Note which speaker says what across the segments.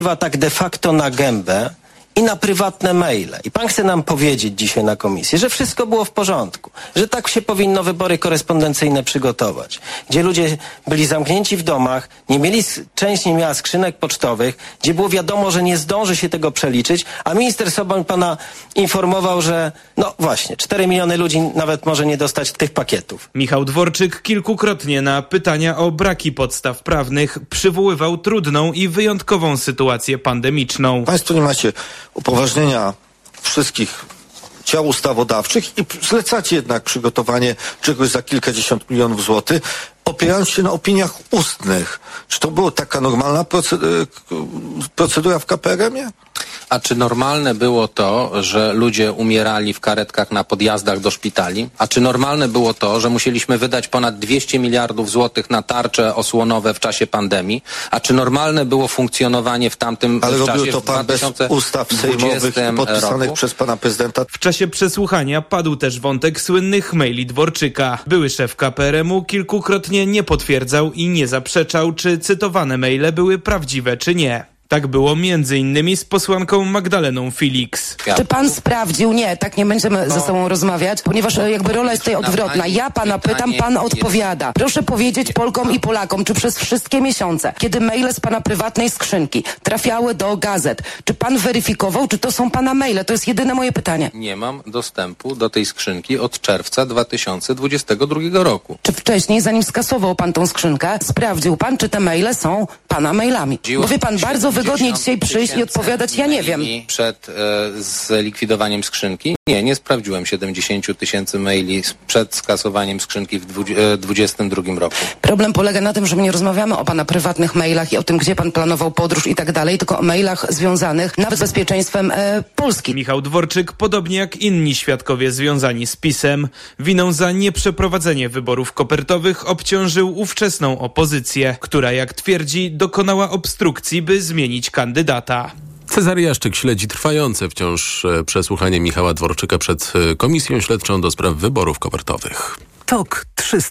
Speaker 1: tak de facto na gębę i na prywatne maile. I pan chce nam powiedzieć dzisiaj na komisji, że wszystko było w porządku, że tak się powinno wybory korespondencyjne przygotować, gdzie ludzie byli zamknięci w domach, część nie miała skrzynek pocztowych, gdzie było wiadomo, że nie zdąży się tego przeliczyć, a minister Soboń pana informował, że 4 miliony ludzi nawet może nie dostać tych pakietów.
Speaker 2: Michał Dworczyk kilkukrotnie na pytania o braki podstaw prawnych przywoływał trudną i wyjątkową sytuację pandemiczną.
Speaker 3: Państwo nie macie upoważnienia wszystkich ciał ustawodawczych i zlecacie jednak przygotowanie czegoś za kilkadziesiąt milionów złotych, opierając się na opiniach ustnych. Czy to była taka normalna procedura w KPRM-ie?
Speaker 4: A czy normalne było to, że ludzie umierali w karetkach na podjazdach do szpitali? A czy normalne było to, że musieliśmy wydać ponad 200 miliardów złotych na tarcze osłonowe w czasie pandemii? A czy normalne było funkcjonowanie w tamtym
Speaker 3: czasie? Ale robił to pan bez ustaw sejmowych podpisanych przez pana prezydenta.
Speaker 2: W czasie przesłuchania padł też wątek słynnych maili Dworczyka. Były szef KPRM-u kilkukrotnie nie potwierdzał i nie zaprzeczał, czy cytowane maile były prawdziwe, czy nie. Tak było m.in. z posłanką Magdaleną Felix.
Speaker 5: Czy pan sprawdził? Nie, tak nie będziemy ze sobą rozmawiać, ponieważ jakby rola jest tutaj odwrotna. Ja pana pytam, pan odpowiada. Proszę powiedzieć Polkom i Polakom, czy przez wszystkie miesiące, kiedy maile z pana prywatnej skrzynki trafiały do gazet, czy pan weryfikował, czy to są pana maile? To jest jedyne moje pytanie.
Speaker 4: Nie mam dostępu do tej skrzynki od czerwca 2022 roku.
Speaker 5: Czy wcześniej, zanim skasował pan tą skrzynkę, sprawdził pan, czy te maile są pana mailami? Bo wie pan, bardzo wygodnie dzisiaj przyjść i odpowiadać, ja nie wiem.
Speaker 4: Przed zlikwidowaniem skrzynki? Nie sprawdziłem 70 tysięcy maili przed skasowaniem skrzynki w 2022 roku.
Speaker 5: Problem polega na tym, że my nie rozmawiamy o pana prywatnych mailach i o tym, gdzie pan planował podróż i tak dalej, tylko o mailach związanych nawet z bezpieczeństwem Polski.
Speaker 2: Michał Dworczyk, podobnie jak inni świadkowie związani z PiS-em, winą za nieprzeprowadzenie wyborów kopertowych obciążył ówczesną opozycję, która, jak twierdzi, dokonała obstrukcji, by zmienić kandydata.
Speaker 6: Cezary Jaszczyk śledzi trwające wciąż przesłuchanie Michała Dworczyka przed Komisją Śledczą do spraw wyborów kopertowych.
Speaker 7: TOK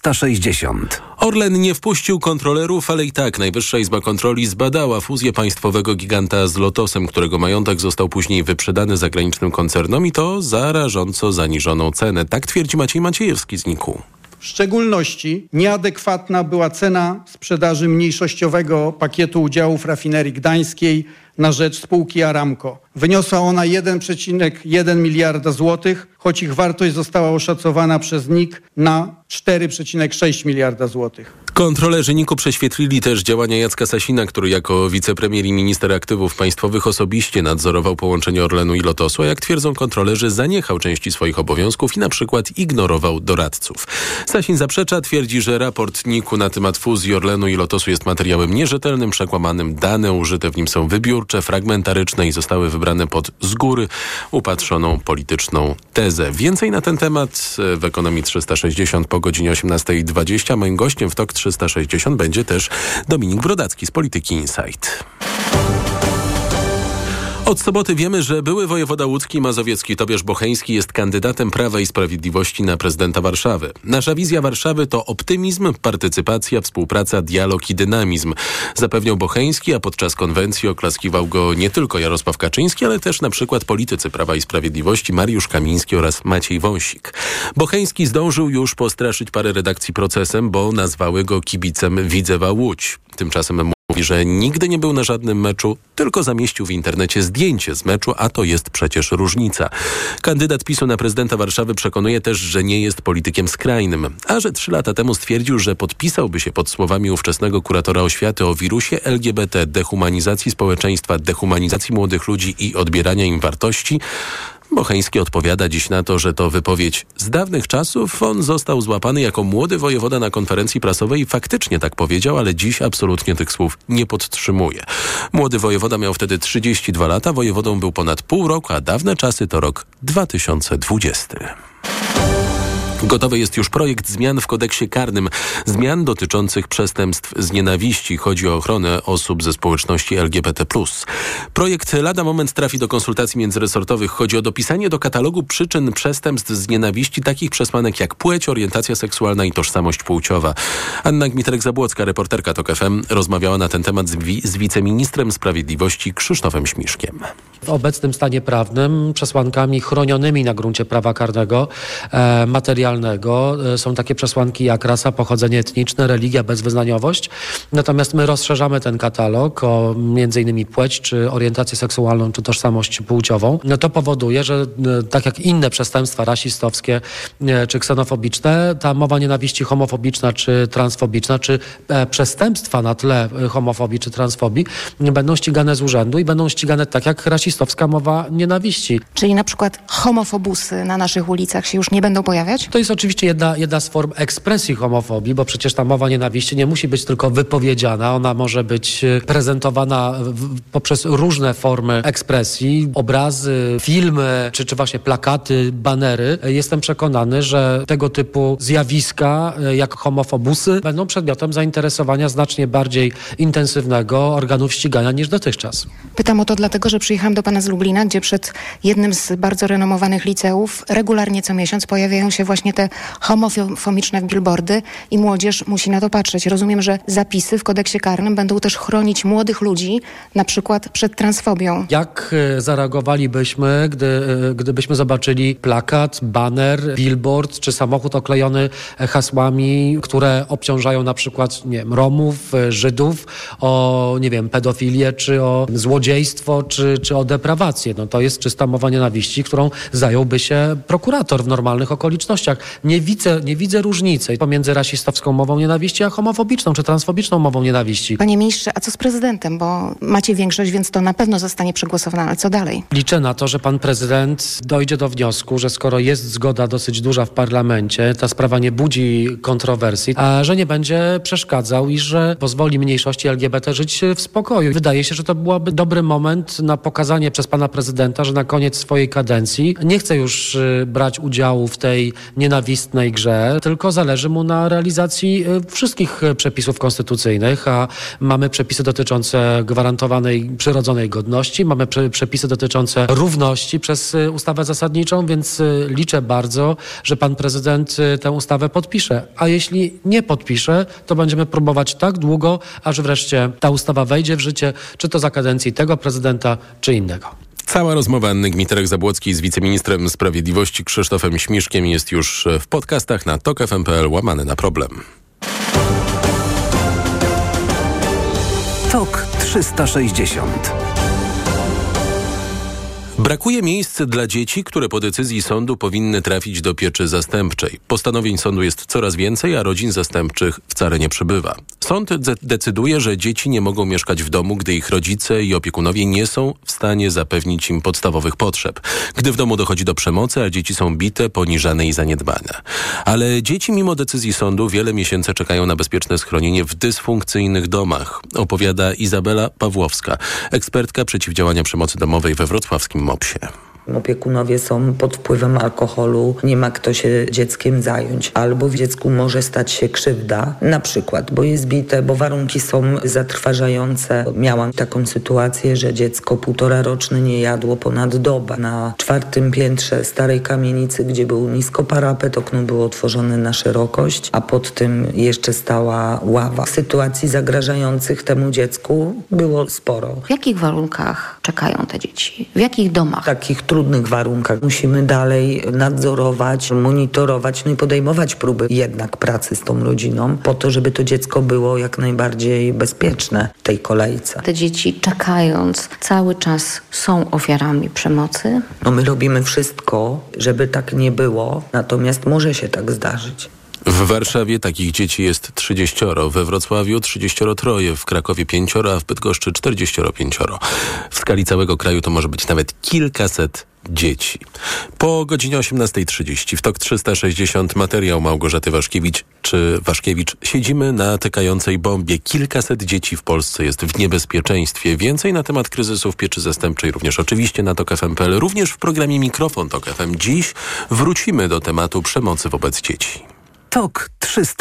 Speaker 7: 360.
Speaker 6: Orlen nie wpuścił kontrolerów, ale i tak Najwyższa Izba Kontroli zbadała fuzję państwowego giganta z Lotosem, którego majątek został później wyprzedany zagranicznym koncernom i to za rażąco zaniżoną cenę. Tak twierdzi Maciej Maciejewski z NIK-u.
Speaker 8: W szczególności nieadekwatna była cena sprzedaży mniejszościowego pakietu udziałów rafinerii gdańskiej na rzecz spółki Aramco. Wyniosła ona 1,1 miliarda złotych, choć ich wartość została oszacowana przez NIK na 4,6 miliarda złotych.
Speaker 6: Kontrolerzy NIK-u prześwietlili też działania Jacka Sasina, który jako wicepremier i minister aktywów państwowych osobiście nadzorował połączenie Orlenu i Lotosu, a jak twierdzą kontrolerzy, zaniechał części swoich obowiązków i na przykład ignorował doradców. Sasin zaprzecza, twierdzi, że raport NIK-u na temat fuzji Orlenu i Lotosu jest materiałem nierzetelnym, przekłamanym. Dane użyte w nim są wybiórcze, fragmentaryczne i zostały wybrane pod z góry upatrzoną polityczną tezę. Więcej na ten temat w Ekonomii 360 po godzinie 18:20. Moim gościem w TOK 360 będzie też Dominik Brodacki z Polityki Insight. Od soboty wiemy, że były wojewoda łódzki i mazowiecki Tobiasz Bocheński jest kandydatem Prawa i Sprawiedliwości na prezydenta Warszawy. Nasza wizja Warszawy to optymizm, partycypacja, współpraca, dialog i dynamizm. Zapewniał Bocheński, a podczas konwencji oklaskiwał go nie tylko Jarosław Kaczyński, ale też na przykład politycy Prawa i Sprawiedliwości Mariusz Kamiński oraz Maciej Wąsik. Bocheński zdążył już postraszyć parę redakcji procesem, bo nazwały go kibicem Widzewa Łódź. Tymczasem mówi, że nigdy nie był na żadnym meczu, tylko zamieścił w internecie zdjęcie z meczu, a to jest przecież różnica. Kandydat PiS-u na prezydenta Warszawy przekonuje też, że nie jest politykiem skrajnym, a że 3 lata temu stwierdził, że podpisałby się pod słowami ówczesnego kuratora oświaty o wirusie LGBT, dehumanizacji społeczeństwa, dehumanizacji młodych ludzi i odbierania im wartości. Bocheński odpowiada dziś na to, że to wypowiedź z dawnych czasów. On został złapany jako młody wojewoda na konferencji prasowej i faktycznie tak powiedział, ale dziś absolutnie tych słów nie podtrzymuje. Młody wojewoda miał wtedy 32 lata, wojewodą był ponad pół roku, a dawne czasy to rok 2020. Gotowy jest już projekt zmian w kodeksie karnym. Zmian dotyczących przestępstw z nienawiści. Chodzi o ochronę osób ze społeczności LGBT+. Projekt lada moment trafi do konsultacji międzyresortowych. Chodzi o dopisanie do katalogu przyczyn przestępstw z nienawiści takich przesłanek jak płeć, orientacja seksualna i tożsamość płciowa. Anna Gmiterek-Zabłocka, reporterka TOK FM, rozmawiała na ten temat z wiceministrem sprawiedliwości Krzysztofem Śmiszkiem.
Speaker 9: W obecnym stanie prawnym przesłankami chronionymi na gruncie prawa karnego materialnego są takie przesłanki jak rasa, pochodzenie etniczne, religia, bezwyznaniowość. Natomiast my rozszerzamy ten katalog o m.in. płeć, czy orientację seksualną, czy tożsamość płciową. To powoduje, że tak jak inne przestępstwa rasistowskie czy ksenofobiczne, ta mowa nienawiści homofobiczna, czy transfobiczna, czy przestępstwa na tle homofobii, czy transfobii będą ścigane z urzędu i będą ścigane tak jak rasistowska mowa nienawiści.
Speaker 10: Czyli na przykład homofobusy na naszych ulicach się już nie będą pojawiać?
Speaker 9: To jest oczywiście jedna z form ekspresji homofobii, bo przecież ta mowa nienawiści nie musi być tylko wypowiedziana, ona może być prezentowana poprzez różne formy ekspresji, obrazy, filmy, czy właśnie plakaty, banery. Jestem przekonany, że tego typu zjawiska jak homofobusy będą przedmiotem zainteresowania znacznie bardziej intensywnego organów ścigania niż dotychczas.
Speaker 10: Pytam o to dlatego, że przyjechałam do pana z Lublina, gdzie przed jednym z bardzo renomowanych liceów regularnie co miesiąc pojawiają się właśnie te homofobiczne billboardy i młodzież musi na to patrzeć. Rozumiem, że zapisy w kodeksie karnym będą też chronić młodych ludzi, na przykład przed transfobią.
Speaker 9: Jak zareagowalibyśmy, gdybyśmy zobaczyli plakat, baner, billboard czy samochód oklejony hasłami, które obciążają na przykład, nie wiem, Romów, Żydów, o, nie wiem, pedofilię, czy o złodziejstwo, czy o deprawację. No to jest czysta mowa nienawiści, którą zająłby się prokurator w normalnych okolicznościach. Nie widzę różnicy pomiędzy rasistowską mową nienawiści, a homofobiczną czy transfobiczną mową nienawiści.
Speaker 10: Panie ministrze, a co z prezydentem? Bo macie większość, więc to na pewno zostanie przegłosowane, ale co dalej?
Speaker 9: Liczę na to, że pan prezydent dojdzie do wniosku, że skoro jest zgoda dosyć duża w parlamencie, ta sprawa nie budzi kontrowersji, a że nie będzie przeszkadzał i że pozwoli mniejszości LGBT żyć w spokoju. Wydaje się, że to byłby dobry moment na pokazanie przez pana prezydenta, że na koniec swojej kadencji nie chce już brać udziału w tej nienawistnej grze, tylko zależy mu na realizacji wszystkich przepisów konstytucyjnych, a mamy przepisy dotyczące gwarantowanej przyrodzonej godności, mamy przepisy dotyczące równości przez ustawę zasadniczą, więc liczę bardzo, że pan prezydent tę ustawę podpisze. A jeśli nie podpisze, to będziemy próbować tak długo, aż wreszcie ta ustawa wejdzie w życie, czy to za kadencji tego prezydenta, czy innego.
Speaker 6: Cała rozmowa Anny Gmiterek-Zabłockiej z wiceministrem sprawiedliwości Krzysztofem Śmiszkiem jest już w podcastach na tokfm.pl/problem.
Speaker 7: TOK 360.
Speaker 6: Brakuje miejsc dla dzieci, które po decyzji sądu powinny trafić do pieczy zastępczej. Postanowień sądu jest coraz więcej, a rodzin zastępczych wcale nie przybywa. Sąd decyduje, że dzieci nie mogą mieszkać w domu, gdy ich rodzice i opiekunowie nie są w stanie zapewnić im podstawowych potrzeb. Gdy w domu dochodzi do przemocy, a dzieci są bite, poniżane i zaniedbane. Ale dzieci mimo decyzji sądu wiele miesięcy czekają na bezpieczne schronienie w dysfunkcyjnych domach, opowiada Izabela Pawłowska, ekspertka przeciwdziałania przemocy domowej we wrocławskim MOPS-ie.
Speaker 11: Opiekunowie są pod wpływem alkoholu, nie ma kto się dzieckiem zająć. Albo w dziecku może stać się krzywda, na przykład, bo jest bite, bo warunki są zatrważające. Miałam taką sytuację, że dziecko 1,5-roczne nie jadło ponad dobę. Na 4. piętrze starej kamienicy, gdzie był nisko parapet, okno było otworzone na szerokość, a pod tym jeszcze stała ława. Sytuacji zagrażających temu dziecku było sporo.
Speaker 10: W jakich warunkach czekają te dzieci? W jakich domach?
Speaker 11: Takich trudnych warunkach. Musimy dalej nadzorować, monitorować, no i podejmować próby jednak pracy z tą rodziną po to, żeby to dziecko było jak najbardziej bezpieczne w tej kolejce.
Speaker 10: Te dzieci czekając cały czas są ofiarami przemocy?
Speaker 11: No my robimy wszystko, żeby tak nie było, natomiast może się tak zdarzyć.
Speaker 6: W Warszawie takich dzieci jest 30, we Wrocławiu 33, w Krakowie 5, a w Bydgoszczy 45. W skali całego kraju to może być nawet kilkaset dzieci. Po godzinie 18:30 w TOK 360 materiał Małgorzaty Waszkiewicz. Siedzimy na tykającej bombie. Kilkaset dzieci w Polsce jest w niebezpieczeństwie. Więcej na temat kryzysu w pieczy zastępczej również oczywiście na TOK FM.pl, również w programie Mikrofon TOK FM. Dziś wrócimy do tematu przemocy wobec dzieci.
Speaker 7: TOK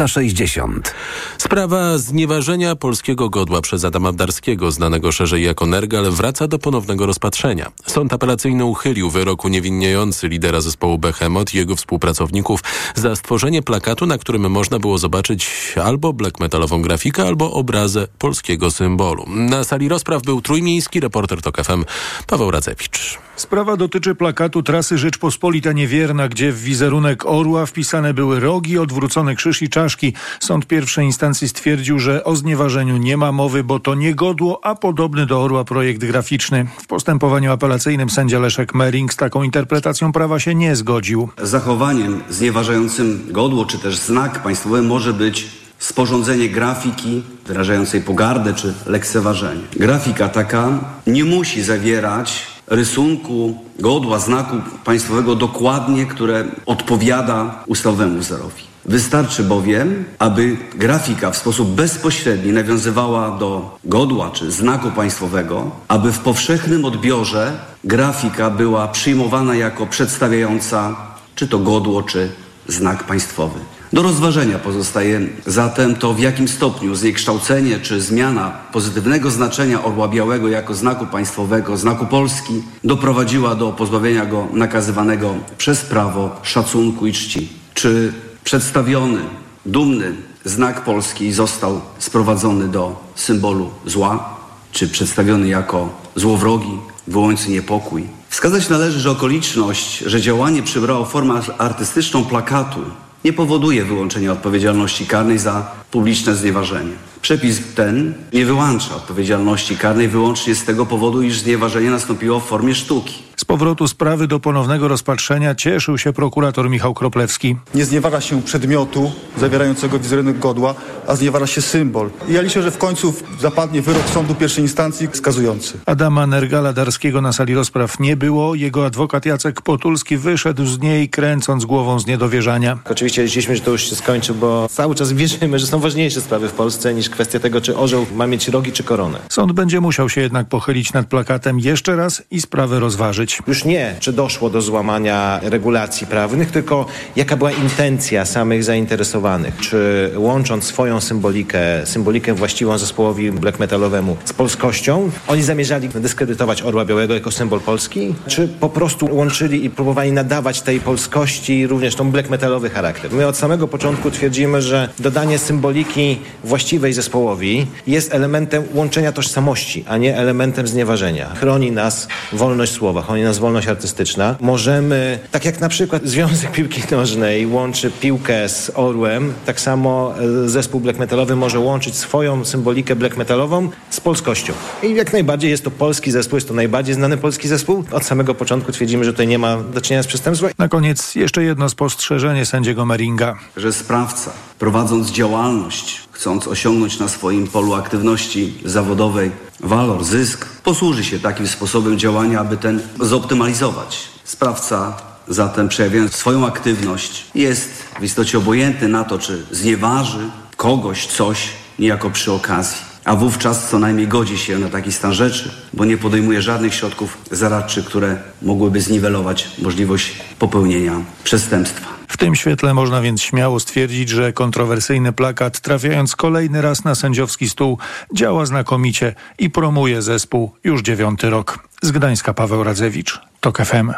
Speaker 7: 360.
Speaker 6: Sprawa znieważenia polskiego godła przez Adama Darskiego, znanego szerzej jako Nergal, wraca do ponownego rozpatrzenia. Sąd apelacyjny uchylił wyrok uniewinniający lidera zespołu Behemoth i jego współpracowników za stworzenie plakatu, na którym można było zobaczyć albo black metalową grafikę, albo obrazę polskiego symbolu. Na sali rozpraw był trójmiejski reporter TOK FM Paweł Radzewicz.
Speaker 12: Sprawa dotyczy plakatu trasy Rzeczpospolita Niewierna, gdzie w wizerunek orła wpisane były rogi, odwrócony krzyż i czaszki. Sąd pierwszej instancji stwierdził, że o znieważeniu nie ma mowy, bo to nie godło, a podobny do orła projekt graficzny. W postępowaniu apelacyjnym sędzia Leszek Mering z taką interpretacją prawa się nie zgodził.
Speaker 13: Zachowaniem znieważającym godło czy też znak państwowy może być sporządzenie grafiki wyrażającej pogardę czy lekceważenie. Grafika taka nie musi zawierać rysunku, godła, znaku państwowego dokładnie, które odpowiada ustawowemu wzorowi. Wystarczy bowiem, aby grafika w sposób bezpośredni nawiązywała do godła czy znaku państwowego, aby w powszechnym odbiorze grafika była przyjmowana jako przedstawiająca czy to godło, czy znak państwowy. Do rozważenia pozostaje zatem to, w jakim stopniu zniekształcenie czy zmiana pozytywnego znaczenia orła białego jako znaku państwowego, znaku Polski, doprowadziła do pozbawienia go nakazywanego przez prawo szacunku i czci. Czy przedstawiony, dumny znak Polski został sprowadzony do symbolu zła, czy przedstawiony jako złowrogi, wywołujący niepokój. Wskazać należy, że okoliczność, że działanie przybrało formę artystyczną plakatu, nie powoduje wyłączenia odpowiedzialności karnej za publiczne znieważenie. Przepis ten nie wyłącza odpowiedzialności karnej wyłącznie z tego powodu, iż znieważenie nastąpiło w formie sztuki.
Speaker 12: Z powrotu sprawy do ponownego rozpatrzenia cieszył się prokurator Michał Kroplewski.
Speaker 14: Nie znieważa się przedmiotu zawierającego wizerunek godła, a znieważa się symbol. I ja liczę, że w końcu zapadnie wyrok sądu pierwszej instancji skazujący.
Speaker 12: Adama Nergala Darskiego na sali rozpraw nie było. Jego adwokat Jacek Potulski wyszedł z niej, kręcąc głową z niedowierzania.
Speaker 15: Oczywiście liczyliśmy, że to już się skończy, bo cały czas wierzymy, że są ważniejsze sprawy w Polsce niż kwestia tego, czy orzeł ma mieć rogi czy koronę.
Speaker 12: Sąd będzie musiał się jednak pochylić nad plakatem jeszcze raz i sprawę rozważyć.
Speaker 15: Już nie, czy doszło do złamania regulacji prawnych, tylko jaka była intencja samych zainteresowanych. Czy łącząc swoją symbolikę właściwą zespołowi black metalowemu z polskością, oni zamierzali dyskredytować orła białego jako symbol Polski, czy po prostu łączyli i próbowali nadawać tej polskości również tą black metalowy charakter. My od samego początku twierdzimy, że dodanie symboliki właściwej zespołowi jest elementem łączenia tożsamości, a nie elementem znieważenia. Chroni nas wolność słowa, chroni nas wolność artystyczna. Możemy, tak jak na przykład Związek Piłki Nożnej łączy piłkę z orłem, tak samo zespół black metalowy może łączyć swoją symbolikę black metalową z polskością. I jak najbardziej jest to polski zespół, jest to najbardziej znany polski zespół. Od samego początku twierdzimy, że tutaj nie ma do czynienia z przestępstwem.
Speaker 12: Na koniec jeszcze jedno spostrzeżenie sędziego Meringa.
Speaker 13: Że sprawca, prowadząc działalność, chcąc osiągnąć na swoim polu aktywności zawodowej walor, zysk, posłuży się takim sposobem działania, aby ten zoptymalizować. Sprawca zatem, przejawiając swoją aktywność, jest w istocie obojętny na to, czy znieważy kogoś, coś, niejako przy okazji. A wówczas co najmniej godzi się na taki stan rzeczy, bo nie podejmuje żadnych środków zaradczych, które mogłyby zniwelować możliwość popełnienia przestępstwa.
Speaker 12: W tym świetle można więc śmiało stwierdzić, że kontrowersyjny plakat, trafiając kolejny raz na sędziowski stół, działa znakomicie i promuje zespół już 9. rok. Z Gdańska Paweł Radzewicz, TOK FM.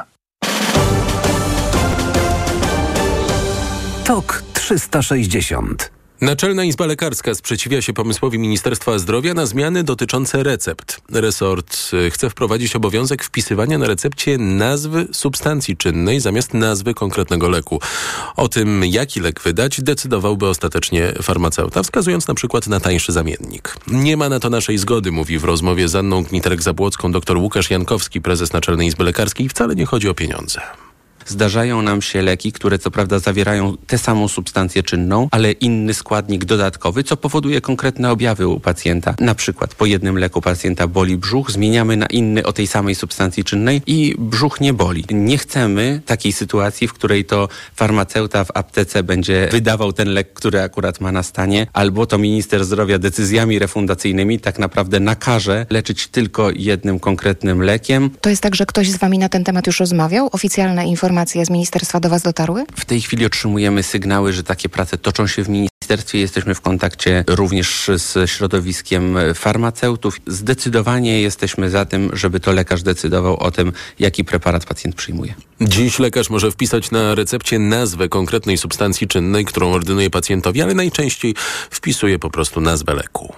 Speaker 7: TOK 360.
Speaker 6: Naczelna Izba Lekarska sprzeciwia się pomysłowi Ministerstwa Zdrowia na zmiany dotyczące recept. Resort chce wprowadzić obowiązek wpisywania na recepcie nazwy substancji czynnej zamiast nazwy konkretnego leku. O tym, jaki lek wydać, decydowałby ostatecznie farmaceuta, wskazując na przykład na tańszy zamiennik. Nie ma na to naszej zgody, mówi w rozmowie z Anną Gniterek-Zabłocką dr Łukasz Jankowski, prezes Naczelnej Izby Lekarskiej. Wcale nie chodzi o pieniądze.
Speaker 16: zdarzają nam się leki, które co prawda zawierają tę samą substancję czynną, ale inny składnik dodatkowy, co powoduje konkretne objawy u pacjenta. Na przykład po jednym leku pacjenta boli brzuch, zmieniamy na inny o tej samej substancji czynnej i brzuch nie boli. Nie chcemy takiej sytuacji, w której to farmaceuta w aptece będzie wydawał ten lek, który akurat ma na stanie, albo to minister zdrowia decyzjami refundacyjnymi tak naprawdę nakaże leczyć tylko jednym konkretnym lekiem.
Speaker 10: To jest tak, że ktoś z wami na ten temat już rozmawiał? Oficjalne informacje z ministerstwa do was dotarły?
Speaker 16: W tej chwili otrzymujemy sygnały, że takie prace toczą się w ministerstwie. Jesteśmy w kontakcie również z środowiskiem farmaceutów. Zdecydowanie jesteśmy za tym, żeby to lekarz decydował o tym, jaki preparat pacjent przyjmuje.
Speaker 6: Dziś lekarz może wpisać na recepcie nazwę konkretnej substancji czynnej, którą ordynuje pacjentowi, ale najczęściej wpisuje po prostu nazwę leku.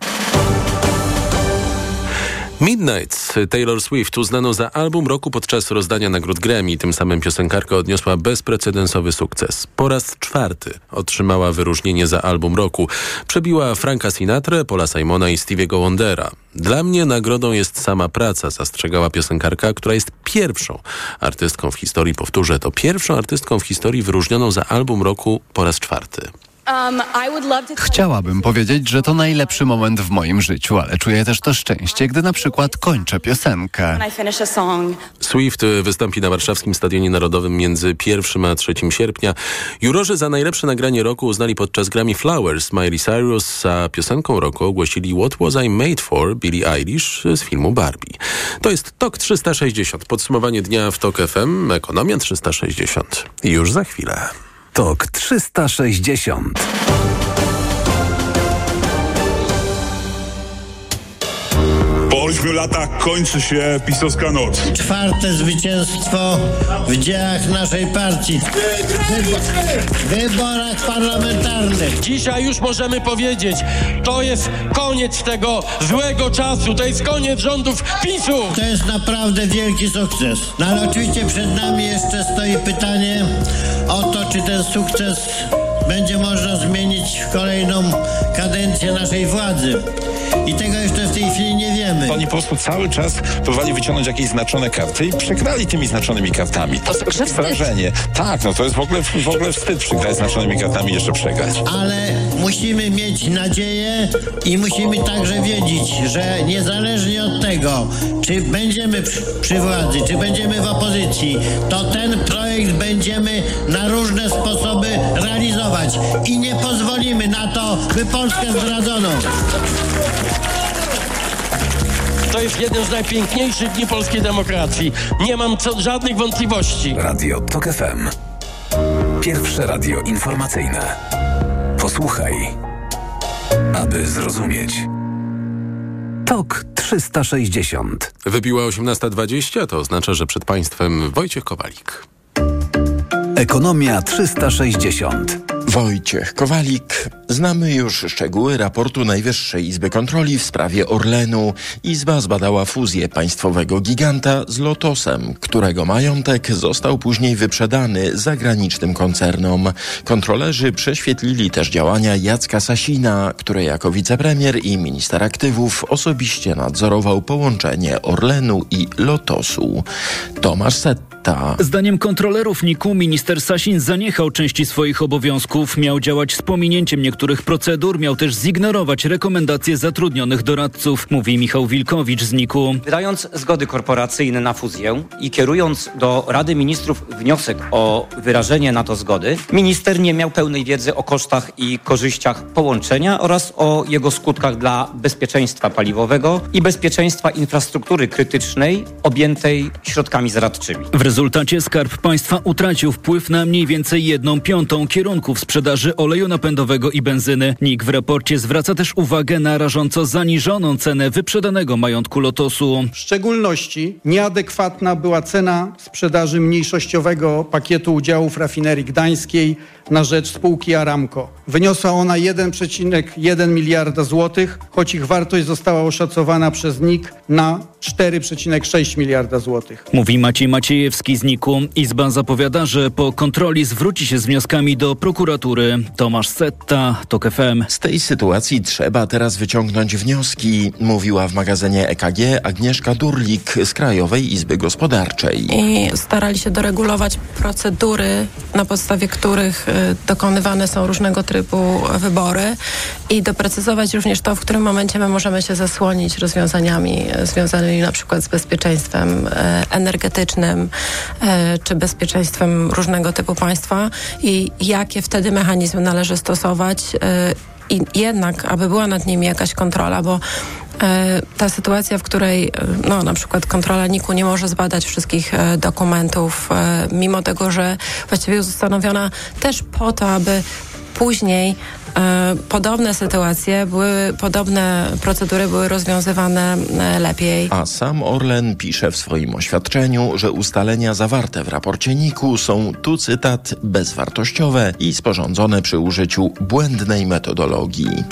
Speaker 6: Midnight Taylor Swift uznano za album roku podczas rozdania nagród Grammy. Tym samym piosenkarka odniosła bezprecedensowy sukces. Po raz 4 otrzymała wyróżnienie za album roku. Przebiła Franka Sinatrę, Paula Simona i Stevie'ego Wondera. Dla mnie nagrodą jest sama praca, zastrzegała piosenkarka, która jest pierwszą artystką w historii, powtórzę, to pierwszą artystką w historii wyróżnioną za album roku po raz 4.
Speaker 17: Chciałabym powiedzieć, że to najlepszy moment w moim życiu, ale czuję też to szczęście, gdy na przykład kończę piosenkę.
Speaker 6: Swift wystąpi na warszawskim Stadionie Narodowym między 1 a 3 sierpnia. Jurorzy za najlepsze nagranie roku uznali podczas Grammy Flowers Miley Cyrus, a piosenką roku ogłosili What Was I Made For Billie Eilish z filmu Barbie. To jest TOK 360. Podsumowanie dnia w TOK FM. Ekonomia 360. I już za chwilę.
Speaker 7: TOK 360.
Speaker 18: Po 8 latach kończy się pisowska noc.
Speaker 19: 4. zwycięstwo w dziejach naszej partii. W wyborach parlamentarnych.
Speaker 20: Dzisiaj już możemy powiedzieć, to jest koniec tego złego czasu, to jest koniec rządów PiS-u.
Speaker 19: To jest naprawdę wielki sukces. No ale oczywiście przed nami jeszcze stoi pytanie o to, czy ten sukces będzie można zmienić w kolejną kadencję naszej władzy. I tego jeszcze w tej chwili nie wiemy.
Speaker 21: Oni po prostu cały czas próbowali wyciągnąć jakieś znaczone karty i przegrali tymi znaczonymi kartami. To jest wrażenie. Tak, no to jest w ogóle wstyd przegrać znaczonymi kartami i jeszcze przegrać.
Speaker 19: Ale musimy mieć nadzieję i musimy także wiedzieć, że niezależnie od tego, czy będziemy przy władzy, czy będziemy w opozycji, to ten projekt będziemy na różne sposoby realizować i nie pozwolimy na to, by Polskę zdradzono.
Speaker 20: To jest jeden z najpiękniejszych dni polskiej demokracji. Nie mam żadnych wątpliwości.
Speaker 7: Radio TOK FM. Pierwsze radio informacyjne. Posłuchaj, aby zrozumieć. TOK 360.
Speaker 6: Wybiła 18:20, to oznacza, że przed państwem Wojciech Kowalik.
Speaker 7: Ekonomia 360.
Speaker 22: Wojciech Kowalik. Znamy już szczegóły raportu Najwyższej Izby Kontroli w sprawie Orlenu. Izba zbadała fuzję państwowego giganta z Lotosem, którego majątek został później wyprzedany zagranicznym koncernom. Kontrolerzy prześwietlili też działania Jacka Sasina, który jako wicepremier i minister aktywów osobiście nadzorował połączenie Orlenu i Lotosu. Tomasz Setta.
Speaker 23: Zdaniem kontrolerów NIK-u minister Sasin zaniechał części swoich obowiązków, miał działać z pominięciem niektórych procedur, miał też zignorować rekomendacje zatrudnionych doradców, mówi Michał Wilkowicz z NIK-u.
Speaker 24: Wydając zgody korporacyjne na fuzję i kierując do Rady Ministrów wniosek o wyrażenie na to zgody, minister nie miał pełnej wiedzy o kosztach i korzyściach połączenia oraz o jego skutkach dla bezpieczeństwa paliwowego i bezpieczeństwa infrastruktury krytycznej objętej środkami zaradczymi.
Speaker 23: W rezultacie Skarb Państwa utracił wpływ na mniej więcej 1/5 kierunków sprzedaży oleju napędowego i benzyny. NIK w raporcie zwraca też uwagę na rażąco zaniżoną cenę wyprzedanego majątku Lotosu.
Speaker 8: W szczególności nieadekwatna była cena sprzedaży mniejszościowego pakietu udziałów rafinerii gdańskiej na rzecz spółki Aramco. Wyniosła ona 1,1 miliarda złotych, choć ich wartość została oszacowana przez NIK na 4,6 miliarda złotych.
Speaker 23: Mówi Maciej Maciejewski, Wojtkowski z NIK-u. Izba zapowiada, że po kontroli zwróci się z wnioskami do prokuratury. Tomasz Setta, TOK FM.
Speaker 22: Z tej sytuacji trzeba teraz wyciągnąć wnioski, mówiła w magazynie EKG Agnieszka Durlik z Krajowej Izby Gospodarczej.
Speaker 1: I starali się doregulować procedury, na podstawie których dokonywane są różnego typu wybory i doprecyzować również to, w którym momencie my możemy się zasłonić rozwiązaniami związanymi na przykład z bezpieczeństwem energetycznym czy bezpieczeństwem różnego typu państwa i jakie wtedy mechanizmy należy stosować i jednak, aby była nad nimi jakaś kontrola, bo ta sytuacja, w której na przykład kontrola NIK-u nie może zbadać wszystkich dokumentów, mimo tego, że właściwie jest ustanowiona też po to, aby później podobne sytuacje, podobne procedury były rozwiązywane lepiej.
Speaker 22: A sam Orlen pisze w swoim oświadczeniu, że ustalenia zawarte w raporcie NIK-u są, tu cytat, bezwartościowe i sporządzone przy użyciu błędnej metodologii.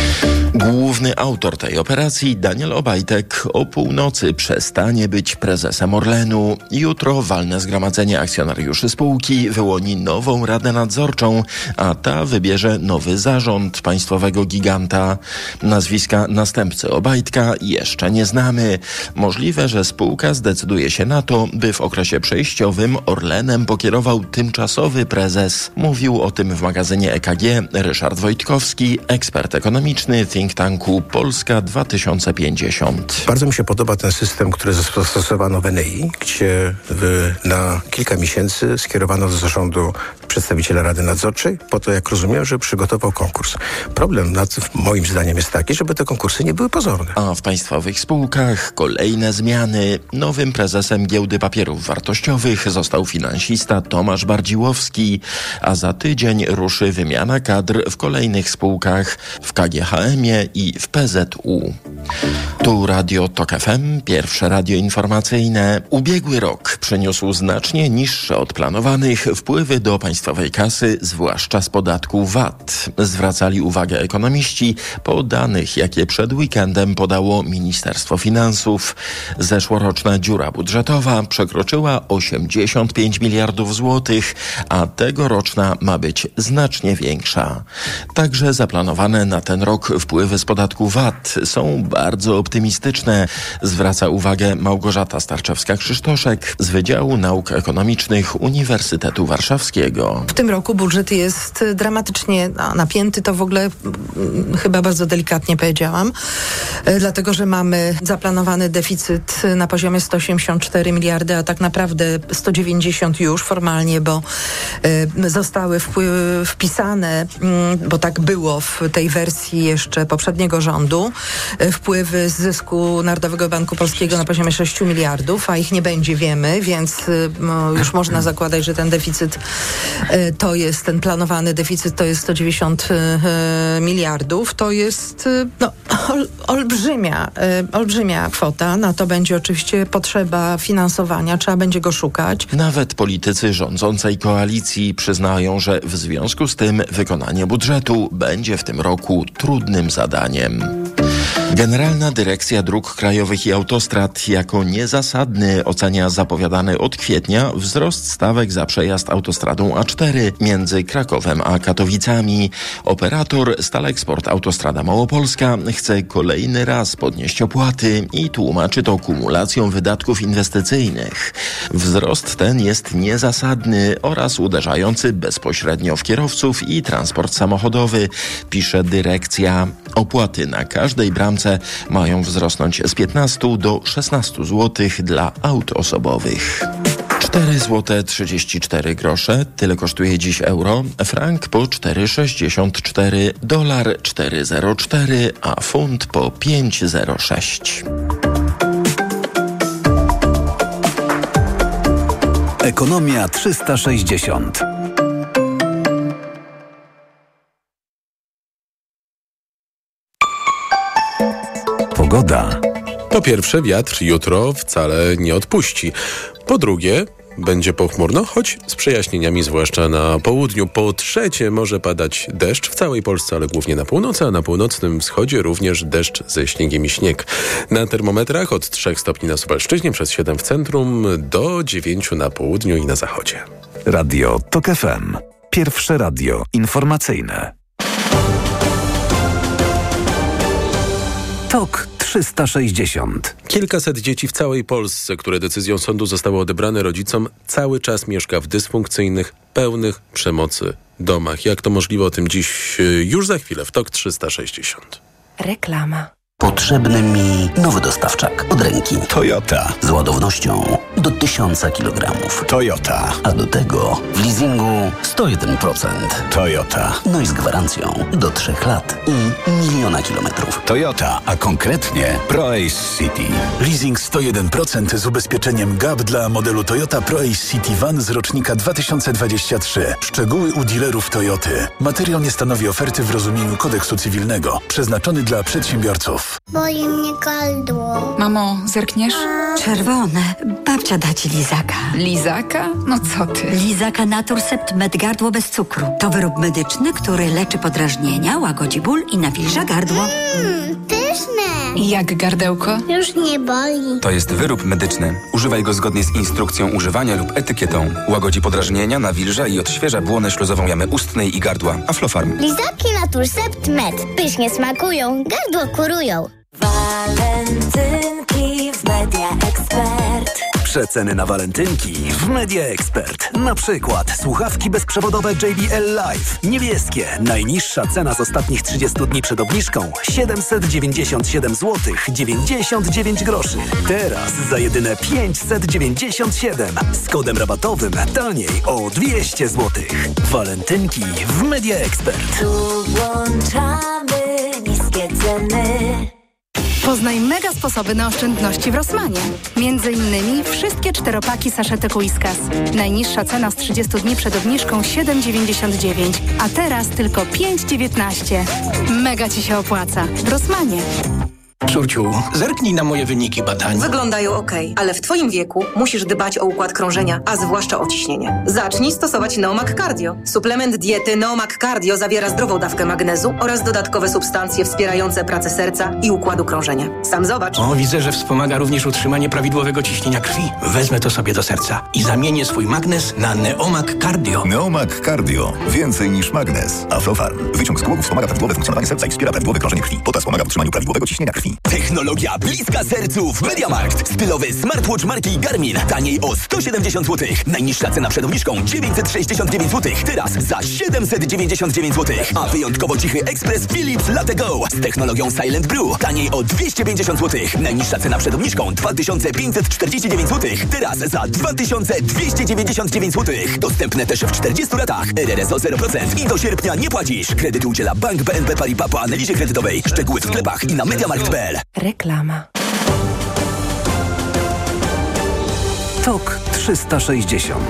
Speaker 22: Główny autor tej operacji, Daniel Obajtek, o północy przestanie być prezesem Orlenu. Jutro walne zgromadzenie akcjonariuszy spółki wyłoni nową radę nadzorczą, a ta wybierze nowy zarząd państwowego giganta. Nazwiska następcy Obajtka jeszcze nie znamy. Możliwe, że spółka zdecyduje się na to, by w okresie przejściowym Orlenem pokierował tymczasowy prezes. Mówił o tym w magazynie EKG Ryszard Wojtkowski, ekspert ekonomiczny think tanku Polska 2050.
Speaker 3: Bardzo mi się podoba ten system, który zastosowano w Enei, gdzie na kilka miesięcy skierowano do zarządu przedstawiciela Rady Nadzorczej po to, jak rozumiem, że przygotował konkurs. Problem moim zdaniem jest taki, żeby te konkursy nie były pozorne.
Speaker 22: A w państwowych spółkach kolejne zmiany. Nowym prezesem Giełdy Papierów Wartościowych został finansista Tomasz Bardziłowski, a za tydzień ruszy wymiana kadr w kolejnych spółkach w KGHM-ie i w PZU. Tu Radio TOK FM, pierwsze radio informacyjne. Ubiegły rok przyniósł znacznie niższe od planowanych wpływy do państwowej kasy, zwłaszcza z podatku VAT. Zwracali uwagę ekonomiści po danych, jakie przed weekendem podało Ministerstwo Finansów. Zeszłoroczna dziura budżetowa przekroczyła 85 miliardów złotych, a tegoroczna ma być znacznie większa. Także zaplanowane na ten rok wpływy z podatku VAT są bardzo optymistyczne, zwraca uwagę Małgorzata Starczewska-Krzysztoszek z Wydziału Nauk Ekonomicznych Uniwersytetu Warszawskiego.
Speaker 4: W tym roku budżet jest dramatycznie napięty, to w ogóle chyba bardzo delikatnie powiedziałam, dlatego, że mamy zaplanowany deficyt na poziomie 184 miliardy, a tak naprawdę 190 już formalnie, bo zostały wpisane, bo tak było w tej wersji jeszcze poprzedniego rządu, wpływy z zysku Narodowego Banku Polskiego na poziomie 6 miliardów, a ich nie będzie, wiemy, więc już można zakładać, że ten deficyt to jest, ten planowany deficyt to jest 190 miliardów. To jest olbrzymia kwota. Na to będzie oczywiście potrzeba finansowania, trzeba będzie go szukać.
Speaker 22: Nawet politycy rządzącej koalicji przyznają, że w związku z tym wykonanie budżetu będzie w tym roku trudnym zadaniem. Generalna Dyrekcja Dróg Krajowych i Autostrad jako niezasadny ocenia zapowiadany od kwietnia wzrost stawek za przejazd autostradą A4 między Krakowem a Katowicami. Operator Staleksport Autostrada Małopolska chce kolejny raz podnieść opłaty i tłumaczy to kumulacją wydatków inwestycyjnych. Wzrost ten jest niezasadny oraz uderzający bezpośrednio w kierowców i transport samochodowy, pisze dyrekcja. Opłaty na każdej bramce mają wzrosnąć z 15 do 16 zł dla aut osobowych. 4,34 zł, tyle kosztuje dziś euro, frank po 4,64, dolar 4,04, a funt po 5,06.
Speaker 7: Ekonomia 360.
Speaker 6: Pogoda. Po pierwsze, wiatr jutro wcale nie odpuści. Po drugie, będzie pochmurno, choć z przejaśnieniami, zwłaszcza na południu. Po trzecie może padać deszcz w całej Polsce, ale głównie na północy, a na północnym wschodzie również deszcz ze śniegiem i śnieg. Na termometrach od 3 stopni na Suwalszczyźnie, przez 7 w centrum, do 9 na południu i na zachodzie.
Speaker 7: Radio TOK FM. Pierwsze radio informacyjne. TOK 360.
Speaker 6: Kilkaset dzieci w całej Polsce, które decyzją sądu zostały odebrane rodzicom, cały czas mieszka w dysfunkcyjnych, pełnych przemocy domach. Jak to możliwe? O tym dziś już za chwilę w TOK 360.
Speaker 1: Reklama.
Speaker 2: Potrzebny mi nowy dostawczak od ręki.
Speaker 7: Toyota.
Speaker 2: Z ładownością do 1000 kg.
Speaker 7: Toyota.
Speaker 2: A do tego w leasingu 101%.
Speaker 7: Toyota.
Speaker 2: No i z gwarancją do 3 lat i 1 000 000 kilometrów.
Speaker 7: Toyota, a konkretnie ProAce City. Leasing 101% z ubezpieczeniem GAP dla modelu Toyota ProAce City Van z rocznika 2023. Szczegóły u dealerów Toyoty. Materiał nie stanowi oferty w rozumieniu kodeksu cywilnego. Przeznaczony dla przedsiębiorców.
Speaker 5: Boli mnie gardło.
Speaker 9: Mamo, zerkniesz?
Speaker 5: Czerwone. Babcia da ci lizaka.
Speaker 9: Lizaka? No co ty?
Speaker 5: Lizaka Naturcept Med Gardło bez cukru. To wyrób medyczny, który leczy podrażnienia, łagodzi ból i nawilża gardło. Pyszne.
Speaker 9: I jak gardełko?
Speaker 5: Już nie boli.
Speaker 11: To jest wyrób medyczny. Używaj go zgodnie z instrukcją używania lub etykietą. Łagodzi podrażnienia, nawilża i odświeża błonę śluzową jamy ustnej i gardła. Aflofarm.
Speaker 5: Lizaki Naturcept Med. Pysznie smakują, gardło kurują. Walentynki w Media Expert.
Speaker 7: Przeceny na walentynki w Media Expert. Na przykład słuchawki bezprzewodowe JBL Live. Niebieskie. Najniższa cena z ostatnich 30 dni przed obniżką 797 zł 99 groszy. Teraz za jedyne 597. Z kodem rabatowym taniej o 200 zł. Walentynki w Media Expert.
Speaker 5: Tu włączamy niskie ceny.
Speaker 25: Poznaj mega sposoby na oszczędności w Rossmanie. Między innymi wszystkie 4-paki saszetek Whiskas. Najniższa cena z 30 dni przed obniżką 7,99, a teraz tylko 5,19. Mega ci się opłaca. W Rossmanie.
Speaker 26: Córciu, zerknij na moje wyniki badań.
Speaker 27: Wyglądają ok, ale w twoim wieku musisz dbać o układ krążenia, a zwłaszcza o ciśnienie. Zacznij stosować Neomag Cardio. Suplement diety Neomag Cardio zawiera zdrową dawkę magnezu oraz dodatkowe substancje wspierające pracę serca i układu krążenia. Sam zobacz.
Speaker 26: O, widzę, że wspomaga również utrzymanie prawidłowego ciśnienia krwi. Wezmę to sobie do serca i zamienię swój magnez na Neomag Cardio.
Speaker 28: Neomag Cardio. Więcej niż magnez. Aflofarm. Wyciąg z głowy wspomaga prawidłowe funkcjonowanie serca i wspiera prawidłowe krążenie krwi. Potem wspomaga w utrzymaniu prawidłowego ciśnienia krwi.
Speaker 29: Technologia bliska sercu w MediaMarkt. Stylowy smartwatch marki Garmin. Taniej o 170 zł. Najniższa cena przed obniżką 969 zł. Teraz za 799 zł. A wyjątkowo cichy ekspres Philips Latte Go z technologią Silent Brew. Taniej o 250 zł. Najniższa cena przed obniżką 2549 zł. Teraz za 2299 zł. Dostępne też w 40 latach. RRSO 0% i do sierpnia nie płacisz. Kredyt udziela Bank BNP Paribas po analizie kredytowej. Szczegóły w sklepach i na mediamarkt.pl.
Speaker 1: Reklama.
Speaker 7: TOK 360.